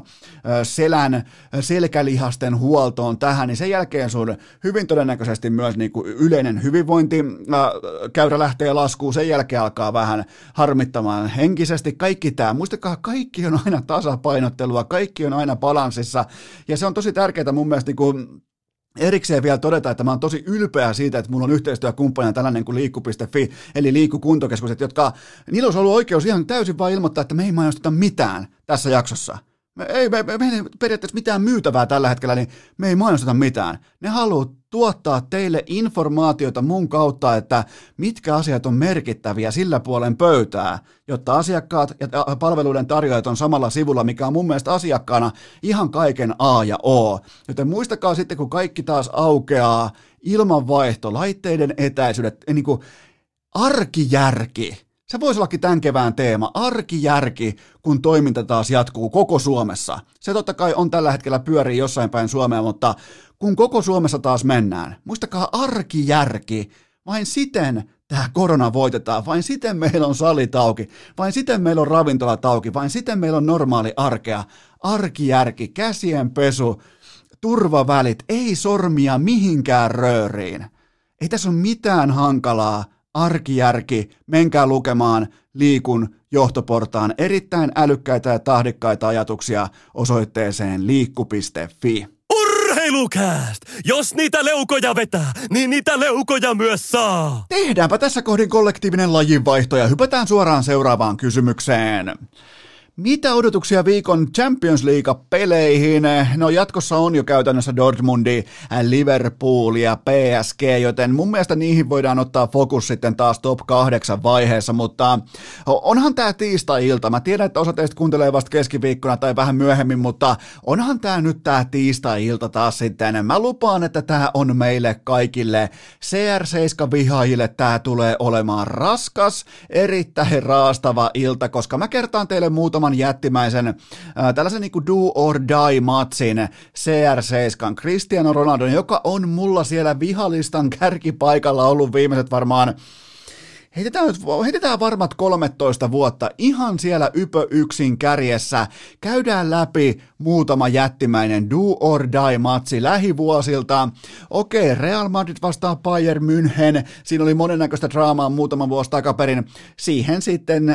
selkälihasten huoltoon tähän, niin sen jälkeen sun hyvin todennäköisesti myös niin kuin yleinen hyvinvointikäyrä lähtee laskuun, sen jälkeen alkaa vähän harmittamaan henkisesti, kaikki tämä, muistakaa, kaikki on aina tasapainottelua, kaikki on aina balanssissa, ja se on tosi tärkeää mun mielestä niin kuin erikseen vielä todeta, että mä oon tosi ylpeä siitä, että mulla on yhteistyökumppanina tällainen kuin liikku.fi, eli liikkukuntokeskukset, jotka, niillä olisi ollut oikeus ihan täysin vaan ilmoittaa, että me ei mainosteta mitään tässä jaksossa. Me ei periaatteessa mitään myytävää tällä hetkellä, niin me ei mainosteta mitään. Ne haluaa tuottaa teille informaatiota mun kautta, että mitkä asiat on merkittäviä sillä puolen pöytää, jotta asiakkaat ja palveluiden tarjoajat on samalla sivulla, mikä on mun mielestä asiakkaana ihan kaiken A ja O. Joten muistakaa sitten, kun kaikki taas aukeaa, ilmanvaihto, laitteiden etäisyydet, niin kuin arkijärki. Se voisi ollakin tämän kevään teema, arkijärki, kun toiminta taas jatkuu koko Suomessa. Se totta kai on tällä hetkellä pyörii jossain päin Suomea, mutta kun koko Suomessa taas mennään, muistakaa arkijärki, vain siten tämä korona voitetaan, vain siten meillä on salit auki, vain siten meillä on ravintolat auki, vain siten meillä on normaali arkea, arkijärki, käsienpesu, turvavälit, ei sormia mihinkään rööriin. Ei tässä ole mitään hankalaa. Arkijärki, menkää lukemaan Liikun johtoportaan erittäin älykkäitä ja tahdikkaita ajatuksia osoitteeseen liikku.fi. Urheilukääst! Jos niitä leukoja vetää, niin niitä leukoja myös saa! Tehdäänpä tässä kohdin kollektiivinen lajinvaihto ja hypätään suoraan seuraavaan kysymykseen. Mitä odotuksia viikon Champions League-peleihin? No jatkossa on jo käytännössä Dortmundi, Liverpool ja PSG, joten mun mielestä niihin voidaan ottaa fokus sitten taas top 8 vaiheessa, mutta onhan tää tiistai-ilta. Mä tiedän, että osa teistä kuuntelee vasta keskiviikkona tai vähän myöhemmin, mutta onhan tää nyt tää tiistai-ilta taas sitten. Mä lupaan, että tää on meille kaikille CR7-vihaajille tää tulee olemaan raskas, erittäin raastava ilta, koska mä kertaan teille muutaman jättimäisen tällaisen niin kuin do or die matsin CR7 Cristiano Ronaldo, joka on mulla siellä vihalistan kärkipaikalla ollut viimeiset varmaan, heitetään varmat 13 vuotta ihan siellä ypö yksin kärjessä. Käydään läpi muutama jättimäinen do or die matsi lähivuosilta. Okei, Real Madrid vastaa Bayern München. Siinä oli monennäköistä draamaa muutama vuosi takaperin. Siihen sitten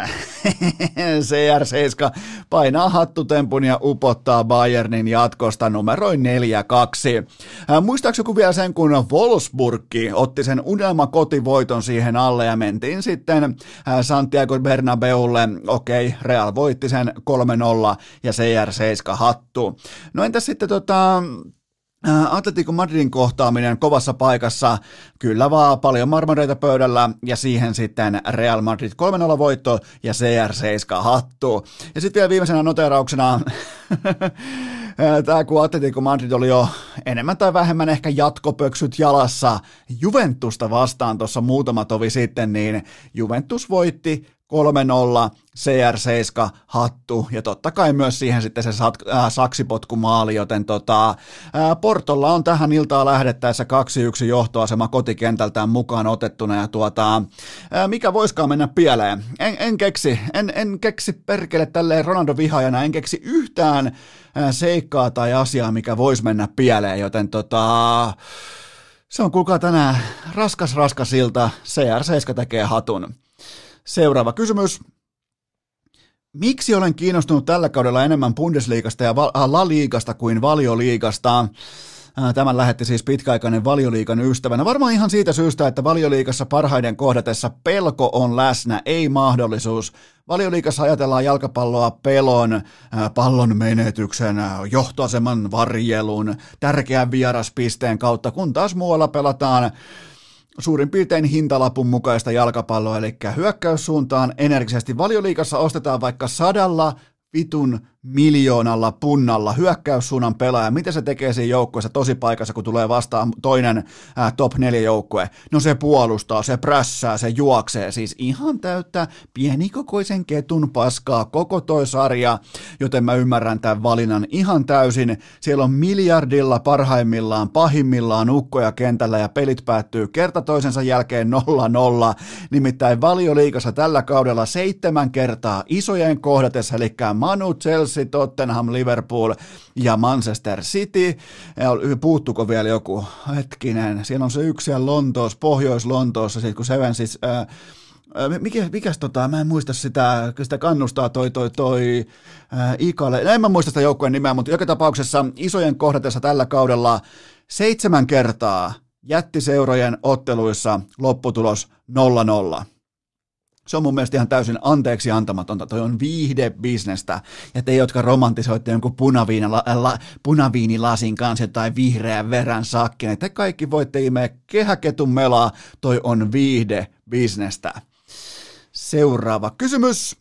CR7 painaa hattutempun ja upottaa Bayernin jatkosta numeroin 4-2. Muistaaks joku vielä sen, kun Wolfsburg otti sen unelmakotivoiton siihen alle ja mentiin sitten Santiago Bernabeulle. Okei, Real voitti sen 3-0 ja CR7 hattu. No entäs sitten Atletico Madridin kohtaaminen kovassa paikassa, kyllä vaan paljon marmoreita pöydällä ja siihen sitten Real Madrid 3-0 voitto ja CR7 hattu. Ja sitten vielä viimeisenä noteerauksena, tämä kun Atletico Madrid oli jo enemmän tai vähemmän ehkä jatkopöksyt jalassa Juventusta vastaan tuossa muutama tovi sitten, niin Juventus voitti 3-0, CR7 hattu ja totta kai myös siihen sitten se saksipotkumaali, joten Portolla on tähän iltaan lähdettäessä 2-1 johtoasema kotikentältään mukaan otettuna ja mikä voiskaan mennä pieleen. En keksi perkele tälleen Ronaldo-vihaajana, en keksi yhtään seikkaa tai asiaa, mikä voisi mennä pieleen, joten se on kuulkaa tänään raskas ilta, CR7 tekee hatun. Seuraava kysymys. Miksi olen kiinnostunut tällä kaudella enemmän Bundesliigasta ja La Ligasta kuin Valioliigasta? Tämän lähetti siis pitkäaikainen Valioliigan ystävänä. Varmaan ihan siitä syystä, että Valioliigassa parhaiden kohdatessa pelko on läsnä, ei mahdollisuus. Valioliigassa ajatellaan jalkapalloa pelon, pallon menetyksen, johtoaseman varjelun, tärkeän vieraspisteen kautta, kun taas muualla pelataan suurin piirtein hintalapun mukaista jalkapalloa, eli hyökkäyssuuntaan energisesti. Valioliigassa ostetaan vaikka 100 miljoonalla punnalla hyökkäyssuunnan pelaaja. Mitä se tekee siinä joukkueessa tosipaikassa, kun tulee vastaan toinen top 4 joukkue? No se puolustaa, se prässää, se juoksee. Siis ihan täyttä pienikokoisen ketun paskaa koko toi sarja, joten mä ymmärrän tämän valinnan ihan täysin. Siellä on miljardilla parhaimmillaan, pahimmillaan ukkoja kentällä ja pelit päättyy kerta toisensa jälkeen 0-0. Nimittäin Valioliigassa tällä kaudella 7 kertaa isojen kohdatessa, eli Manu, Chelsea, Tottenham, Liverpool ja Manchester City. Puuttuuko vielä joku? Hetkinen, siellä on se yksi siellä Lontoossa, Pohjois-Lontoossa, sit kun Seven siis, mä en muista sitä kannustaa toi Ikalle. En mä muista sitä joukkueen nimeä, mutta joka tapauksessa isojen kohdatessa tällä kaudella 7 kertaa jättiseurojen otteluissa lopputulos 0-0. Se on mun mielestä ihan täysin anteeksi antamatonta. Toi on viihdebisnestä. Ja te, jotka romantisoitte jonkun punaviinilasin kanssa tai vihreän verran sakkin, te kaikki voitte imeä kehäketun melaa. Toi on viihdebisnestä. Seuraava kysymys.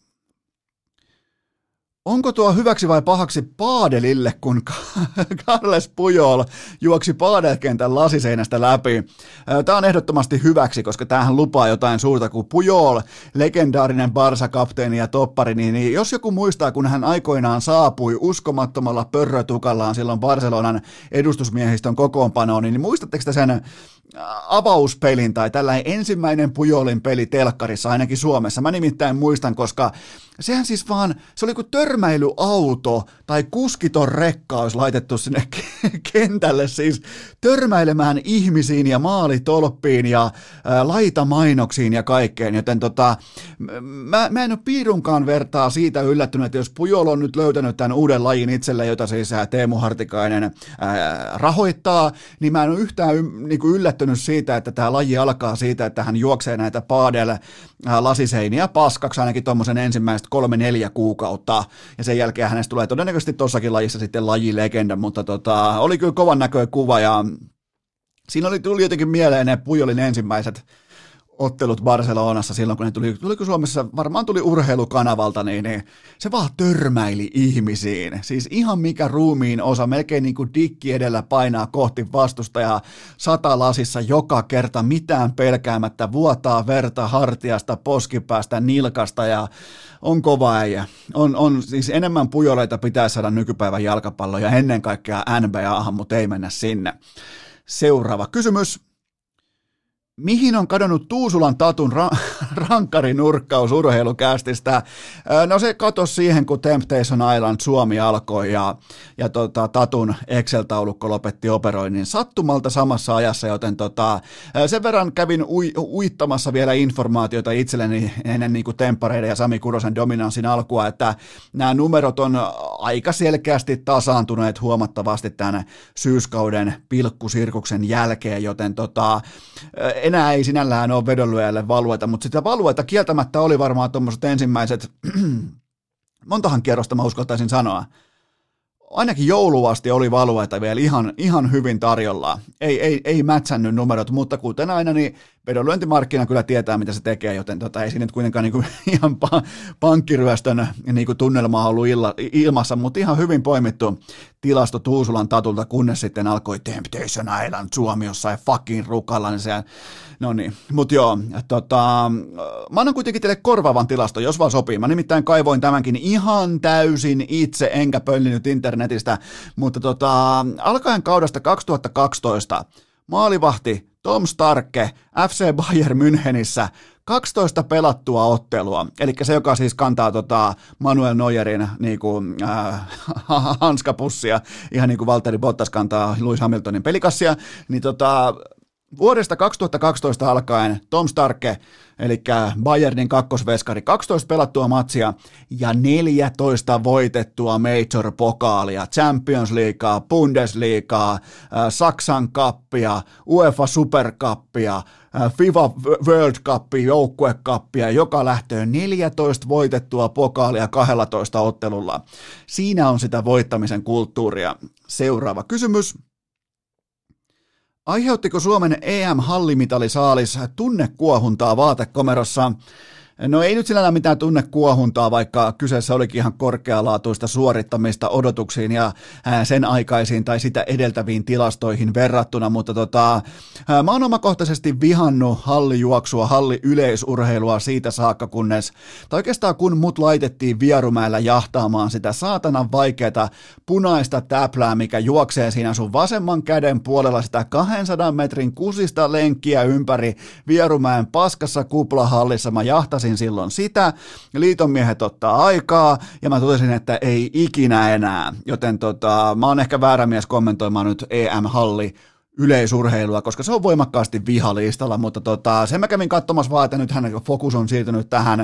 Onko tuo hyväksi vai pahaksi Paadelille, kun Carles Puyol juoksi Paadelkentän lasiseinästä läpi? Tämä on ehdottomasti hyväksi, koska tämähän lupaa jotain suurta, kun Puyol, legendaarinen Barça-kapteeni ja toppari, niin jos joku muistaa, kun hän aikoinaan saapui uskomattomalla pörrötukallaan silloin Barcelonan edustusmiehistön kokoonpanoon, niin muistatteko te sen avauspelin tai tällainen ensimmäinen Puyolin peli telkkarissa, ainakin Suomessa? Mä nimittäin muistan, koska sehän siis vaan, se oli kuin törmäilyauto tai kuskiton rekka olisi laitettu sinne kentälle siis törmäilemään ihmisiin ja maalitolppiin ja laitamainoksiin ja kaikkeen, joten mä en ole piirunkaan vertaa siitä yllättynyt, että jos Puyol on nyt löytänyt tämän uuden lajin itselle, jota siis Teemu Hartikainen rahoittaa, niin mä en ole yhtään yllättynyt siitä, että tämä laji alkaa siitä, että hän juoksee näitä Padel-lasiseiniä paskaksi ainakin tuommoisen ensimmäistä 3-4 kuukautta, ja sen jälkeen hänestä tulee todennäköisesti tossakin lajissa sitten lajilegenda, mutta oli kyllä kovan näköinen kuva, ja siinä tuli jotenkin mieleen ne Puyolin ensimmäiset ottelut Barcelonassa silloin, kun ne tuliko Suomessa, varmaan tuli urheilukanavalta, niin se vaan törmäili ihmisiin. Siis ihan mikä ruumiin osa, melkein niin kuin dikki edellä painaa kohti vastustajaa 100 lasissa joka kerta, mitään pelkäämättä, vuotaa verta hartiasta, poskipäästä, nilkasta ja on kova äijä. On siis enemmän Pujoleita pitää saada nykypäivän jalkapalloa ja ennen kaikkea NBAhan, mutta ei mennä sinne. Seuraava kysymys. Mihin on kadonnut Tuusulan Tatun rankkarinurkkaus urheilukästistä? No se katosi siihen, kun Temptation Island Suomi alkoi ja Tatun Excel-taulukko lopetti operoinnin sattumalta samassa ajassa, joten sen verran kävin uittamassa vielä informaatiota itselleni ennen niin kuin Temppareiden ja Sami Kurosen dominanssin alkua, että nämä numerot on aika selkeästi tasaantuneet huomattavasti tämän syyskauden pilkkusirkuksen jälkeen, joten enää ei sinällään ole vedonlyöjälle valueta, mutta sitä valueta kieltämättä oli varmaan tuommoiset ensimmäiset, montahan kierrosta mä uskaltaisin sanoa, ainakin jouluun asti oli valueta vielä ihan hyvin tarjolla. Ei mätsännyt numerot, mutta kuten aina, niin vedonlyöntimarkkina kyllä tietää, mitä se tekee, joten ei siinä nyt kuitenkaan niinku ihan pankkiryöstön niinku tunnelmaa ollut ilmassa, mutta ihan hyvin poimittu tilasto Tuusulan Tatulta, kunnes sitten alkoi Temptation Island Suomi jossain fucking rukalla, niin se, no niin, mutta joo, mä annan kuitenkin teille korvaavan tilasto, jos vaan sopii. Mä nimittäin kaivoin tämänkin ihan täysin itse, enkä pöllinyt internetistä, mutta alkaen kaudesta 2012 maalivahti Tom Starke FC Bayern Münchenissä 12 pelattua ottelua, eli se, joka siis kantaa Manuel Neuerin niinku, hanskapussia, ihan niin kuin Valtteri Bottas kantaa Lewis Hamiltonin pelikassia, niin vuodesta 2012 alkaen Tom Starke, eli Bayernin kakkosveskari, 12 pelattua matsia ja 14 voitettua Major-pokaalia, Champions Leaguea, Bundesliigaa, Saksan kappia, UEFA Superkappia, FIFA World Cupia, joukkuekappia, joka lähtöön 14 voitettua pokaalia 12 ottelulla. Siinä on sitä voittamisen kulttuuria. Seuraava kysymys. Aiheuttiko Suomen EM-hallimitalisaalis tunnekuohuntaa vaatekomerossa? No ei nyt sinällään mitään tunnekuohuntaa, vaikka kyseessä olikin ihan korkealaatuista suorittamista odotuksiin ja sen aikaisiin tai sitä edeltäviin tilastoihin verrattuna, mutta mä oon omakohtaisesti vihannut hallijuoksua, halliyleisurheilua siitä saakka, oikeastaan kun mut laitettiin Vierumäellä jahtaamaan sitä saatanan vaikeata punaista täplää, mikä juoksee siinä sun vasemman käden puolella sitä 200 metrin kusista lenkkiä ympäri Vierumäen paskassa kuplahallissa. Mä jahtasin silloin sitä, liitonmiehet ottaa aikaa, ja mä totesin, että ei ikinä enää, joten mä oon ehkä väärä mies kommentoimaan nyt EM-halli yleisurheilua, koska se on voimakkaasti vihalistalla, mutta sen mä kävin katsomassa vaan, että nythän fokus on siirtynyt tähän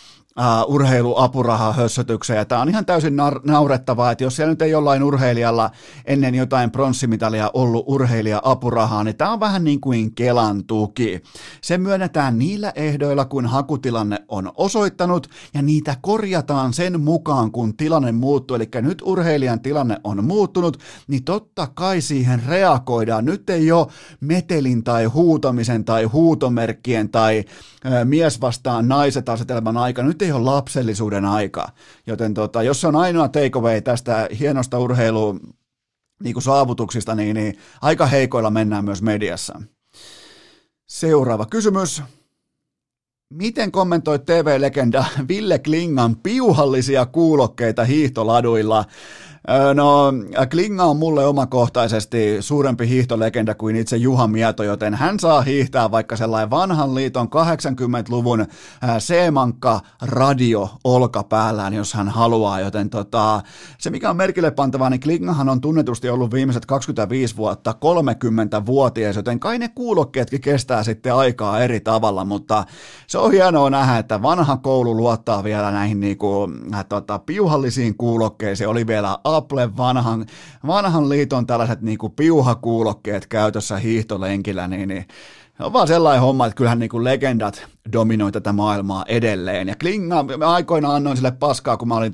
urheiluapurahahössötykseen, ja tämä on ihan täysin naurettavaa, että jos siellä nyt ei jollain urheilijalla ennen jotain pronssimitalia ollut urheilija-apurahaa, niin tämä on vähän niin kuin Kelan tuki. Se myönnetään niillä ehdoilla, kun hakutilanne on osoittanut, ja niitä korjataan sen mukaan, kun tilanne muuttuu, eli nyt urheilijan tilanne on muuttunut, niin totta kai siihen reagoidaan. Nyt ei ole metelin tai huutamisen tai huutomerkkien tai mies vastaan naiset asetelman aika, nyt ei ole lapsellisuuden aika, joten jos se on ainoa takeaway tästä hienosta saavutuksista, niin aika heikoilla mennään myös mediassa. Seuraava kysymys. Miten kommentoit TV-legenda Ville Klingan piuhallisia kuulokkeita hiihtoladuilla? No, Klinga on mulle omakohtaisesti suurempi hiihtolegenda kuin itse Juha Mieto, joten hän saa hiihtää vaikka sellainen vanhan liiton 80-luvun C-mankka radio olkapäällään, jos hän haluaa, joten se mikä on merkille pantavaa, niin Klingahan on tunnetusti ollut viimeiset 25 vuotta 30-vuotias, joten kai ne kuulokkeetkin kestää sitten aikaa eri tavalla, mutta se on hienoa nähdä, että vanha koulu luottaa vielä näihin piuhallisiin kuulokkeisiin, oli vielä Apple vanhan liiton tällaiset piuhakuulokkeet käytössä hiihtolenkillä, niin on vaan sellainen homma, että kyllähän legendat dominoi tätä maailmaa edelleen. Ja Klinga, aikoinaan annoin sille paskaa, kun mä olin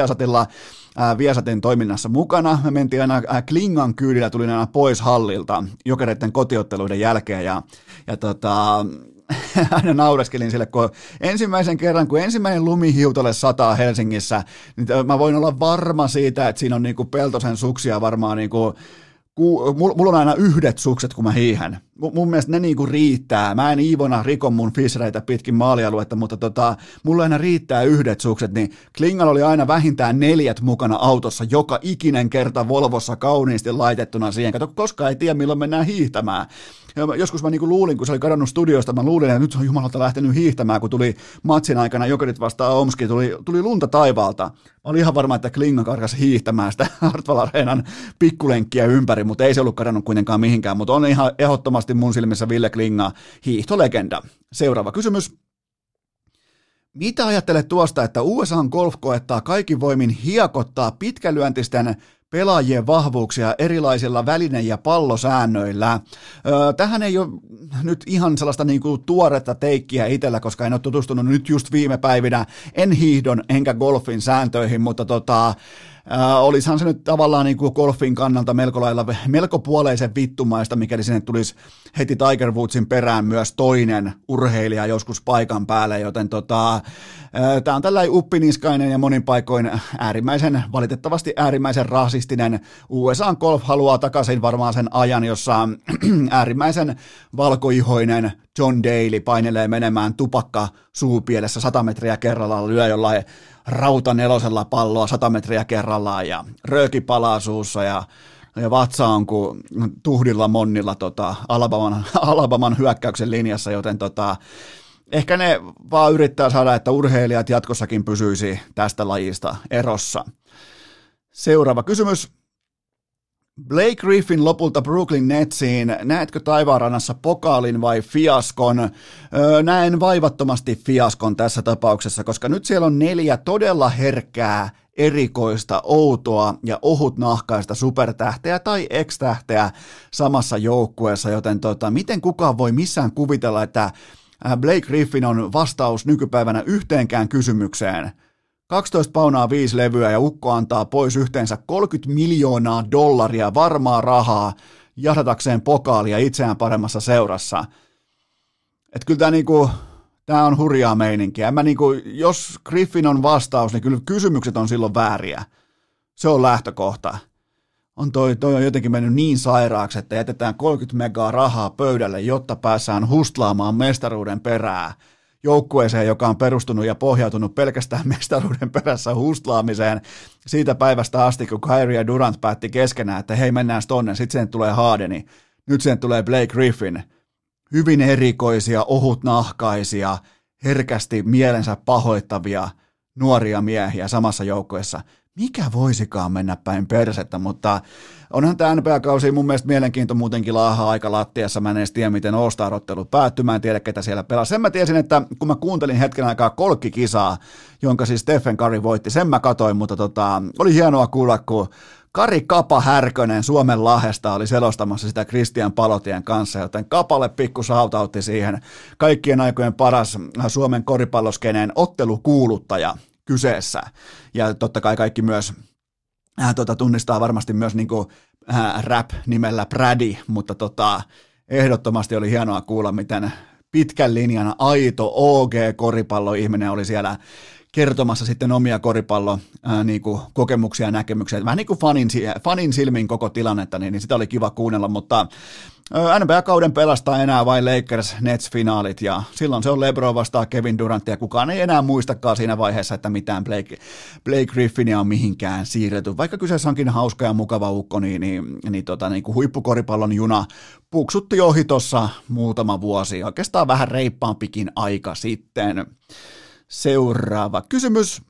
Viasatin toiminnassa mukana. Me mentiin aina Klingan kyydillä, tulin aina pois hallilta Jokereiden kotiotteluiden jälkeen ja aina naureskelin sille, kun ensimmäisen kerran, kun ensimmäinen lumihiutale sataa Helsingissä, niin mä voin olla varma siitä, että siinä on Peltosen suksia varmaan mulla on aina yhdet sukset, kun mä hiihän. Mun mielestä ne riittää. Mä en Iivona riko mun fisreitä pitkin maalialuetta, mutta mulla aina riittää yhdet sukset, niin Klingalla oli aina vähintään 4 mukana autossa, joka ikinen kerta Volvossa kauniisti laitettuna siihen. Kato, koskaan ei tiedä, milloin mennään hiihtämään. Joskus mä luulin, kun se oli kadonnut studiosta, mä luulin, että nyt se on jumalalta lähtenyt hiihtämään, kun tuli matsin aikana Jokerit vastaan Omski, tuli lunta taivaalta. Mä olin ihan varma, että Klinga karkasi hiihtämään sitä Hartwall Areenan pikkulenkkiä ympäri, mutta ei se ollut kadonnut kuitenkaan mihinkään, mutta on ihan ehdottomasti mun silmissä Ville Klinga hiihtolegenda. Seuraava kysymys. Mitä ajattelet tuosta, että USA:n golf koettaa kaikin voimin hiekottaa pitkälyöntisten pelaajien vahvuuksia erilaisilla väline- ja pallosäännöillä? Tähän ei ole nyt ihan sellaista tuoretta teikkiä itsellä, koska en ole tutustunut nyt just viime päivinä, en hiihdon enkä golfin sääntöihin, mutta Olisihan se nyt tavallaan niin kuin golfin kannalta melko puoleisen vittumaista, mikäli sinne tulisi heti Tiger Woodsin perään myös toinen urheilija joskus paikan päälle, joten tämä on tällainen uppiniskainen ja monin paikoin valitettavasti äärimmäisen rasistinen. USA:n golf haluaa takaisin varmaan sen ajan, jossa äärimmäisen valkoihoinen John Daly painelee menemään tupakka suupielessä 100 metriä kerrallaan, lyö jollain rautanelosella palloa 100 metriä kerrallaan ja rööki palaa suussa ja vatsa on kuin tuhdilla monnilla Alabaman hyökkäyksen linjassa, joten ehkä ne vaan yrittää saada, että urheilijat jatkossakin pysyisi tästä lajista erossa. Seuraava kysymys. Blake Griffin lopulta Brooklyn Netsiin. Näetkö taivaanrannassa pokaalin vai fiaskon? Näen vaivattomasti fiaskon tässä tapauksessa, koska nyt siellä on 4 todella herkkää, erikoista, outoa ja ohutnahkaista supertähteä tai ex-tähteä samassa joukkueessa, joten miten kukaan voi missään kuvitella, että Blake Griffin on vastaus nykypäivänä yhteenkään kysymykseen. 12 paunaa 5 levyä ja ukko antaa pois yhteensä $30 miljoonaa varmaa rahaa jahdatakseen pokaalia itseään paremmassa seurassa. Että kyllä tämä on hurjaa meininkiä. Jos Griffin on vastaus, niin kyllä kysymykset on silloin vääriä. Se on lähtökohta. Toi on jotenkin mennyt niin sairaaksi, että jätetään 30 megaa rahaa pöydälle, jotta päässään hustlaamaan mestaruuden perää. Joukkueeseen, joka on perustunut ja pohjautunut pelkästään mestaruuden perässä hustlaamiseen siitä päivästä asti, kun Kyrie ja Durant päätti keskenään, että hei, mennään tonne, sitten sen tulee Hardeni, nyt sen tulee Blake Griffin. Hyvin erikoisia, ohutnahkaisia, herkästi mielensä pahoittavia nuoria miehiä samassa joukkueessa. Mikä voisikaan mennä päin persettä, mutta onhan tämä NBA-kausi mun mielestä mielenkiinto muutenkin laahaa aika lattiassa. Mä en edes tiedä, miten All-Star-ottelu päättyy, mä en tiedä, ketä siellä pelaa. Sen mä tiesin, että kun mä kuuntelin hetken aikaa kolkkikisaa, jonka siis Stephen Curry voitti, sen mä katoin, mutta oli hienoa kuulla, kun Kari Kapa Härkönen Suomen Lahdesta oli selostamassa sitä Christian Palotien kanssa, joten Kapalle pikku shoutoutti siihen kaikkien aikojen paras Suomen koripalloskeneen ottelukuuluttaja kyseessä. Ja totta kai kaikki myös tunnistaa varmasti myös rap-nimellä Brady, mutta ehdottomasti oli hienoa kuulla, miten pitkän linjan aito OG-koripalloihminen oli siellä kertomassa sitten omia kokemuksia ja näkemyksiä. Vähän niin kuin fanin silmin koko tilannetta, niin sitä oli kiva kuunnella, mutta NBA-kauden pelastaa enää vain Lakers-Nets-finaalit, ja silloin se on LeBron vastaan Kevin Durant, ja kukaan ei enää muistakaan siinä vaiheessa, että mitään Blake Griffinia on mihinkään siirretty. Vaikka kyseessä onkin hauska ja mukava ukko, niin huippukoripallon juna puksutti ohi tuossa muutama vuosi, oikeastaan vähän reippaampikin aika sitten. Seuraava kysymys.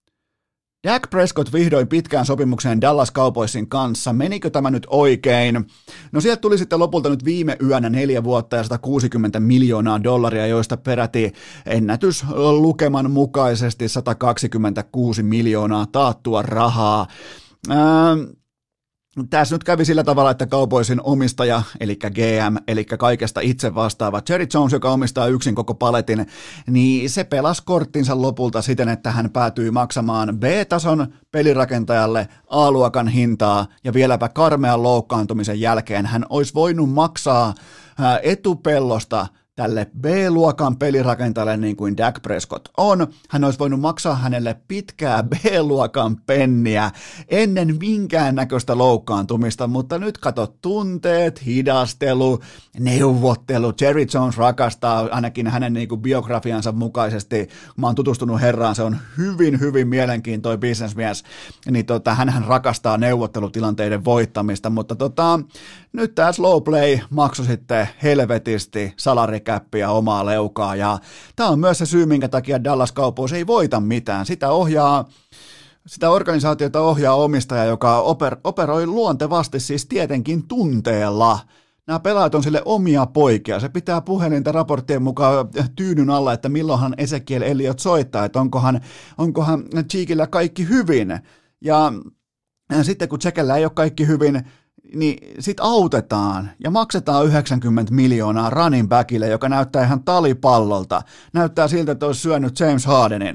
Dak Prescott vihdoin pitkään sopimukseen Dallas Cowboysin kanssa. Menikö tämä nyt oikein? No sieltä tuli sitten lopulta nyt viime yönä 4 vuotta ja $160 miljoonaa, joista peräti ennätyslukeman mukaisesti 126 miljoonaa taattua rahaa. Tässä nyt kävi sillä tavalla, että Cowboysin omistaja, eli GM, eli kaikesta itse vastaava Jerry Jones, joka omistaa yksin koko paletin, niin se pelasi korttinsa lopulta siten, että hän päätyi maksamaan B-tason pelirakentajalle A-luokan hintaa, ja vieläpä karmean loukkaantumisen jälkeen hän olisi voinut maksaa etupellosta tälle B-luokan pelirakentajalle niin kuin Dak Prescott on. Hän olisi voinut maksaa hänelle pitkää B-luokan penniä ennen minkäännäköistä loukkaantumista, mutta nyt kato tunteet, hidastelu, neuvottelu. Jerry Jones rakastaa ainakin hänen niin kuin biografiansa mukaisesti. Mä oon tutustunut herraan, se on hyvin, hyvin mielenkiintoinen bisnesmies, niin hänhän rakastaa neuvottelutilanteiden voittamista, mutta nyt tämä slow play maksoi sitten helvetisti salarikäppiä omaa leukaa, ja tämä on myös se syy, minkä takia Dallas Cowboys ei voita mitään. Sitä organisaatiota ohjaa omistaja, joka operoi luontevasti siis tietenkin tunteella. Nämä pelaajat on sille omia poikia. Se pitää puhelinta raporttien mukaan tyynyn alla, että milloinhan Ezekiel Elliott soittaa, että onkohan Cheekillä kaikki hyvin. Ja sitten kun Cheekillä ei ole kaikki hyvin, niin sit autetaan ja maksetaan 90 miljoonaa running backille, joka näyttää ihan talipallolta. Näyttää siltä, että olisi syönyt James Hardenin.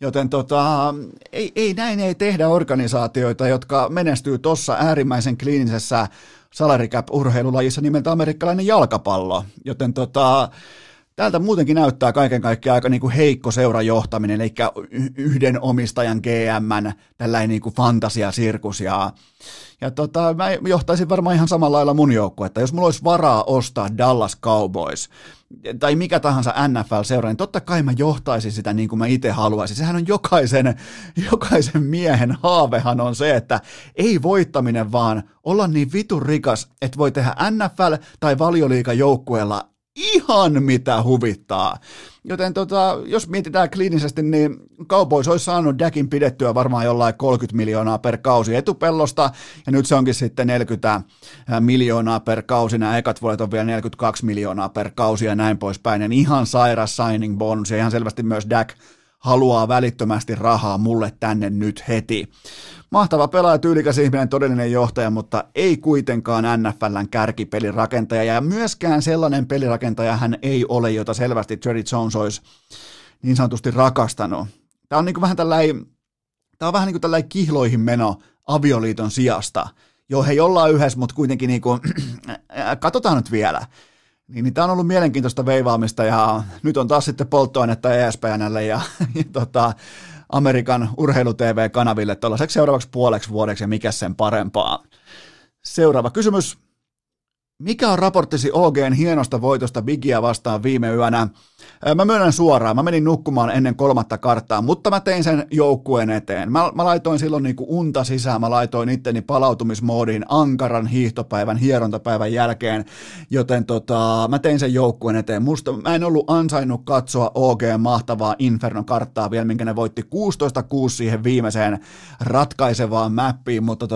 Joten ei näin ei tehdä organisaatioita, jotka menestyy tuossa äärimmäisen kliinisessä salary cap-urheilulajissa nimeltä amerikkalainen jalkapallo. Joten täältä muutenkin näyttää kaiken kaikkiaan aika niin kuin heikko seurajohtaminen, eli yhden omistajan GM:n tällainen niin kuin fantasiasirkus. Ja mä johtaisin varmaan ihan samalla lailla mun joukkuetta. Jos mulla olisi varaa ostaa Dallas Cowboys tai mikä tahansa NFL-seura, niin totta kai mä johtaisin sitä niin kuin mä itse haluaisin. Sehän on jokaisen miehen haavehan on se, että ei voittaminen, vaan olla niin vitun rikas, että voi tehdä NFL- tai valioliigajoukkueella ihan mitä huvittaa. Joten jos mietitään kliinisesti, niin Cowboys olisi saanut Dakin pidettyä varmaan jollain 30 miljoonaa per kausi etupellosta, ja nyt se onkin sitten 40 miljoonaa per kausi. Nämä ekat vuodet on vielä 42 miljoonaa per kausi ja näin poispäin. Ja ihan sairas signing bonus, ja ihan selvästi myös Dak haluaa välittömästi rahaa mulle tänne nyt heti. Mahtava pelaaja, tyylikäs ihminen, todellinen johtaja, mutta ei kuitenkaan NFL:n kärkipelirakentaja, ja myöskään sellainen pelirakentaja hän ei ole, jota selvästi Jerry Jones olisi niin sanotusti rakastanut. Tämä on vähän niin kuin tällainen kihloihin meno avioliiton sijasta. Joo, hei, ollaan yhdessä, mutta kuitenkin niin kuin, katsotaan nyt vielä. Niin tämä on ollut mielenkiintoista veivaamista, ja nyt on taas sitten polttoainetta ESPN:lle ja Amerikan urheilu-TV-kanaville tuollaiseksi seuraavaksi puoleksi vuodeksi, ja mikä sen parempaa. Seuraava kysymys. Mikä on raporttisi OG:n hienosta voitosta Bigia vastaan viime yönä? Mä myönnän suoraan, mä menin nukkumaan ennen 3. karttaa, mutta mä tein sen joukkueen eteen. Mä laitoin silloin niinku unta sisään, mä laitoin itteni palautumismoodiin ankaran hiihtopäivän, hierontapäivän jälkeen, joten mä tein sen joukkueen eteen. Mä en ollut ansainnut katsoa OG:n mahtavaa Inferno-karttaa vielä, minkä ne voitti 16-6 siihen viimeiseen ratkaisevaan mappiin, mutta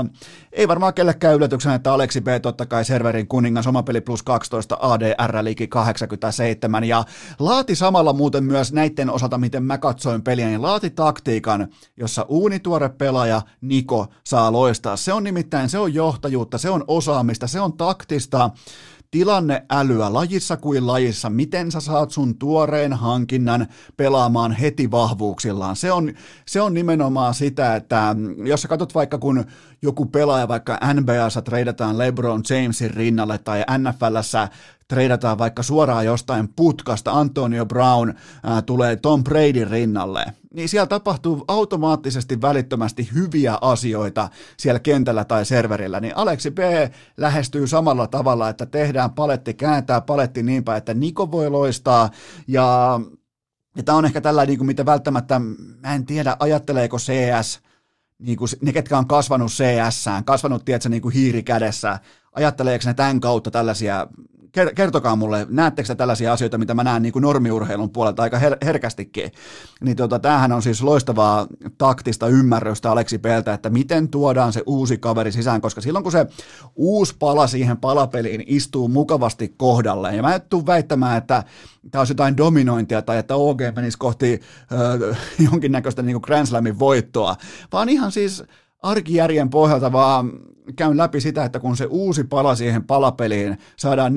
ei varmaan kellekään yllätyksenä, että Aleksi B totta kai serverin kuningas, oma peli plus 12, ADR liki 87, ja laati samalla muuten myös näiden osalta, miten mä katsoin peliä, niin laati taktiikan, jossa uunituore pelaaja Niko saa loistaa. Se on nimittäin, se on johtajuutta, se on osaamista, se on taktista tilanneälyä lajissa kuin lajissa, miten sä saat sun tuoreen hankinnan pelaamaan heti vahvuuksillaan. Se on nimenomaan sitä, että jos sä katsot vaikka kun joku pelaaja vaikka NBA:ssa treidataan LeBron Jamesin rinnalle tai NFL:ssä treidataan vaikka suoraan jostain putkasta, Antonio Brown tulee Tom Bradyn rinnalle, niin siellä tapahtuu automaattisesti välittömästi hyviä asioita siellä kentällä tai serverillä, niin Aleksi B lähestyy samalla tavalla, että tehdään paletti, kääntää paletti niin päin, että Niko voi loistaa, ja tämä on ehkä tällainen, niin kuin mitä välttämättä, mä en tiedä, ajatteleeko CS, niin kuin ne, ketkä on kasvanut CS-ään, kasvanut, tiedätkö, niin kuin hiiri kädessä, ajatteleeko ne tämän kautta tällaisia, kertokaa mulle, näettekö te tällaisia asioita, mitä mä näen niin kuin normiurheilun puolelta aika herkästikin, niin tämähän on siis loistavaa taktista ymmärrystä Aleksi B:ltä, että miten tuodaan se uusi kaveri sisään, koska silloin kun se uusi pala siihen palapeliin istuu mukavasti kohdalleen, ja mä en tule väittämään, että tämä olisi jotain dominointia tai että OG menisi kohti jonkinnäköistä niin kuin Grand Slamin voittoa, vaan ihan siis arkijärjen pohjalta vaan käyn läpi sitä, että kun se uusi pala siihen palapeliin saadaan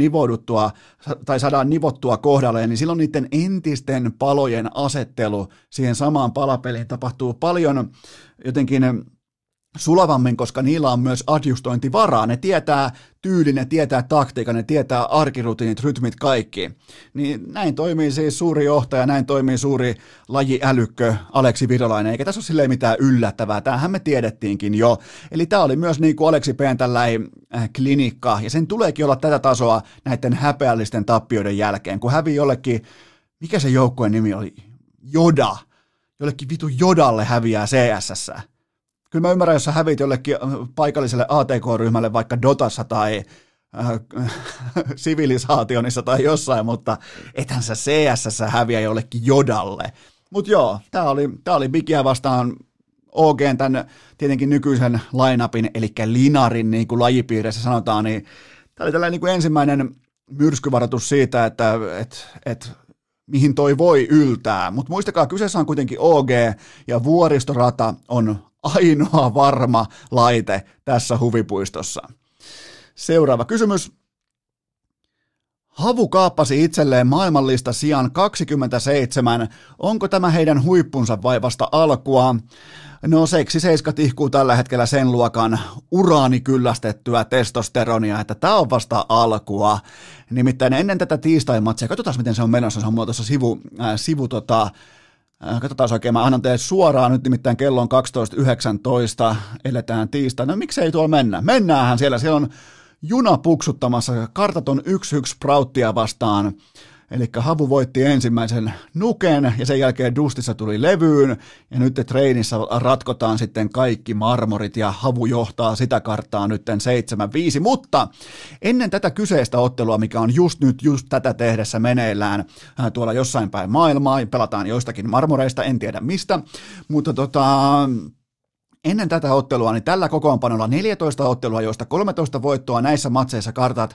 nivottua kohdalleen, niin silloin niiden entisten palojen asettelu siihen samaan palapeliin tapahtuu paljon jotenkin sulavammin, koska niillä on myös adjustointivaraa. Ne tietää tyylin, ne tietää taktiikan, ne tietää arkirutiinit, rytmit, kaikki. Niin näin toimii siis suuri johtaja, näin toimii suuri lajiälykkö Aleksi Virolainen, eikä tässä ole silleen mitään yllättävää. Tämähän me tiedettiinkin jo. Eli tämä oli myös niin kuin Aleksi P:n tällainen klinikka, ja sen tuleekin olla tätä tasoa näiden häpeällisten tappioiden jälkeen, kun hävii jollekin, mikä se joukkueen nimi oli? Joda. Jollekin vitu Jodalle häviää CS:ssä. Kyllä mä ymmärrän, jos sä hävit jollekin paikalliselle ATK-ryhmälle vaikka Dotassa tai Sivilisaationissa tai jossain, mutta ethän sä CS:ssä häviä jollekin Jodalle. Mutta joo, tää oli Bigia vastaan OGn tämän tietenkin nykyisen line-upin, eli Linarin, niin kuin lajipiirissä sanotaan, niin tää oli tällainen niin kuin ensimmäinen myrskyvaroitus siitä, että mihin toi voi yltää. Mutta muistakaa, kyseessä on kuitenkin OG, ja vuoristorata on ainoa varma laite tässä huvipuistossa. Seuraava kysymys. Havu kaappasi itselleen maailmanlista sijan 27. Onko tämä heidän huippunsa vai vasta alkua? No seksiseiska tihkuu tällä hetkellä sen luokan uraanikyllästettyä testosteronia, että tämä on vasta alkua. Nimittäin ennen tätä tiistai-matsia, katsotaan miten se on menossa, se on mulla tuossa katsotaan oikein, mä annan teille suoraan nyt, nimittäin kello on 12.19, eletään tiistaina. No miksei tuolla mennä? Mennäänhän siellä on juna puksuttamassa, kartat on 1-1 Sprauttia vastaan. Eli Havu voitti ensimmäisen nuken ja sen jälkeen Dustissa tuli levyyn ja nyt treenissä ratkotaan sitten kaikki marmorit ja Havu johtaa sitä karttaa nyt 7-5, mutta ennen tätä kyseistä ottelua, mikä on just tätä tehdessä meneillään tuolla jossain päin maailmaa, pelataan joistakin marmoreista, en tiedä mistä, mutta ennen tätä ottelua, niin tällä kokoonpanolla 14 ottelua, joista 13 voittoa näissä matseissa kartat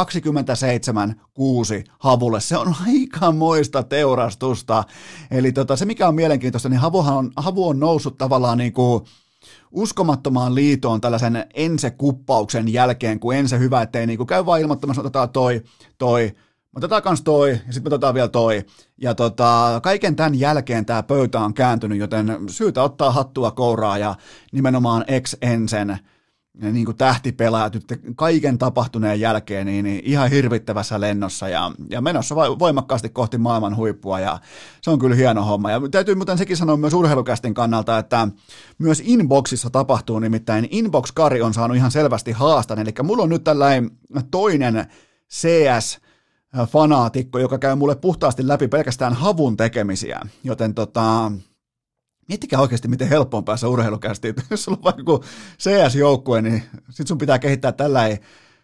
27-6 Havulle. Se on aikamoista teurastusta. Eli se, mikä on mielenkiintoista, niin Havu on noussut tavallaan niin kuin uskomattomaan liitoon tällaisen ensekuppauksen jälkeen, kun ense hyvä, ettei niin kuin käy vaan ilmoittamassa, otetaan toi. Me otetaan kans toi, ja sitten me otetaan vielä toi. Ja kaiken tämän jälkeen tämä pöytä on kääntynyt, joten syytä ottaa hattua kouraa ja nimenomaan ex-ensen niin kuin tähtipelaajat nyt kaiken tapahtuneen jälkeen niin ihan hirvittävässä lennossa ja menossa voimakkaasti kohti maailman huippua ja se on kyllä hieno homma. Ja täytyy muuten sekin sanoa myös urheilukästin kannalta, että myös Inboxissa tapahtuu, nimittäin Inbox-Kari on saanut ihan selvästi haastan, eli mulla on nyt tällainen toinen CS-fanaatikko, joka käy mulle puhtaasti läpi pelkästään Havun tekemisiä, joten miettikää oikeasti, miten helppo on päässä urheilukästiin. Jos sulla on vaikka joku CS-joukkue, niin sit sun pitää kehittää tällainen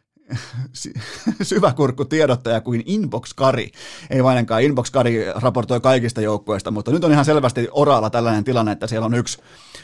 syväkurkkutiedottaja kuin Inbox-Kari. Ei vainenkaan, Inbox-Kari raportoi kaikista joukkueista, mutta nyt on ihan selvästi Oralla tällainen tilanne, että siellä on yksi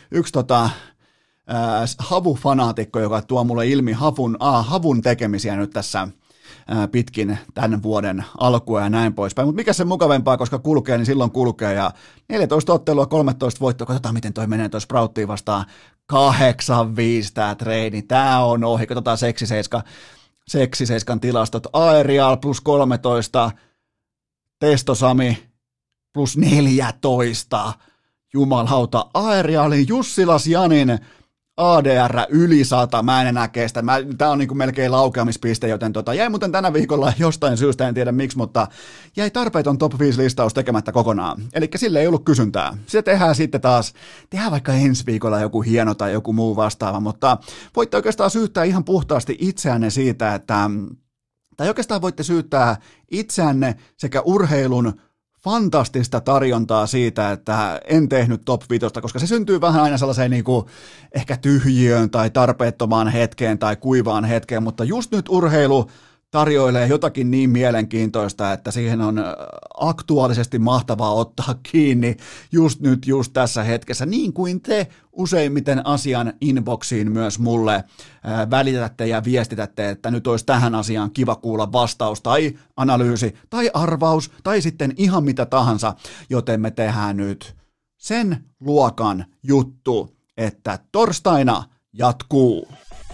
Havu-fanaatikko, joka tuo mulle ilmi Havun tekemisiä nyt tässä pitkin tämän vuoden alkua ja näin poispäin. Mutta mikä se mukavempaa, koska kulkee, niin silloin kulkee. Ja 14 ottelua, 13 voittoa. Katsotaan, miten toi menee toi Sprauttiin vastaan. 8-5 tämä treeni. Tämä on ohi. Katsotaan seksiseiskan tilastot. Aerial plus 13. Testosami plus 14. Jumalauta. Aerialin Jussilas Janin ADR yli 100, mä en enää kestä. Tää on niinku melkein laukeamispiste, joten jäi muuten tänä viikolla jostain syystä, en tiedä miksi, mutta jäi tarpeeton top 5 listaus tekemättä kokonaan. Eli sille ei ollut kysyntää. Se tehdään sitten taas, tehdään vaikka ensi viikolla joku hieno tai joku muu vastaava, mutta voitte oikeastaan syyttää ihan puhtaasti itseänne siitä, tai oikeastaan voitte syyttää itseänne sekä urheilun fantastista tarjontaa siitä, että en tehnyt top 5, koska se syntyy vähän aina sellaiseen niin kuin ehkä tyhjiöön tai tarpeettomaan hetkeen tai kuivaan hetkeen, mutta just nyt urheilu tarjoilee jotakin niin mielenkiintoista, että siihen on aktuaalisesti mahtavaa ottaa kiinni just nyt, just tässä hetkessä, niin kuin te useimmiten asian inboxiin myös mulle välitätte ja viestitätte, että nyt olisi tähän asiaan kiva kuulla vastaus tai analyysi tai arvaus tai sitten ihan mitä tahansa, joten me tehdään nyt sen luokan juttu, että torstaina jatkuu.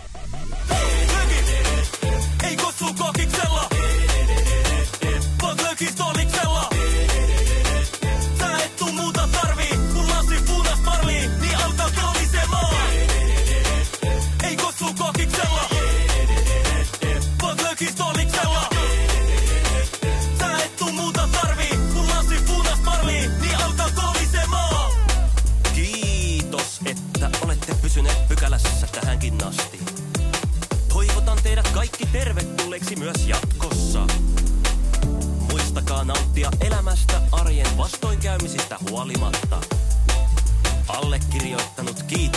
Pykälässä tähänkin asti. Toivotan teidät kaikki tervetulleeksi myös jatkossa. Muistakaa nauttia elämästä arjen vastoinkäymisistä huolimatta. Allekirjoittanut kiitos.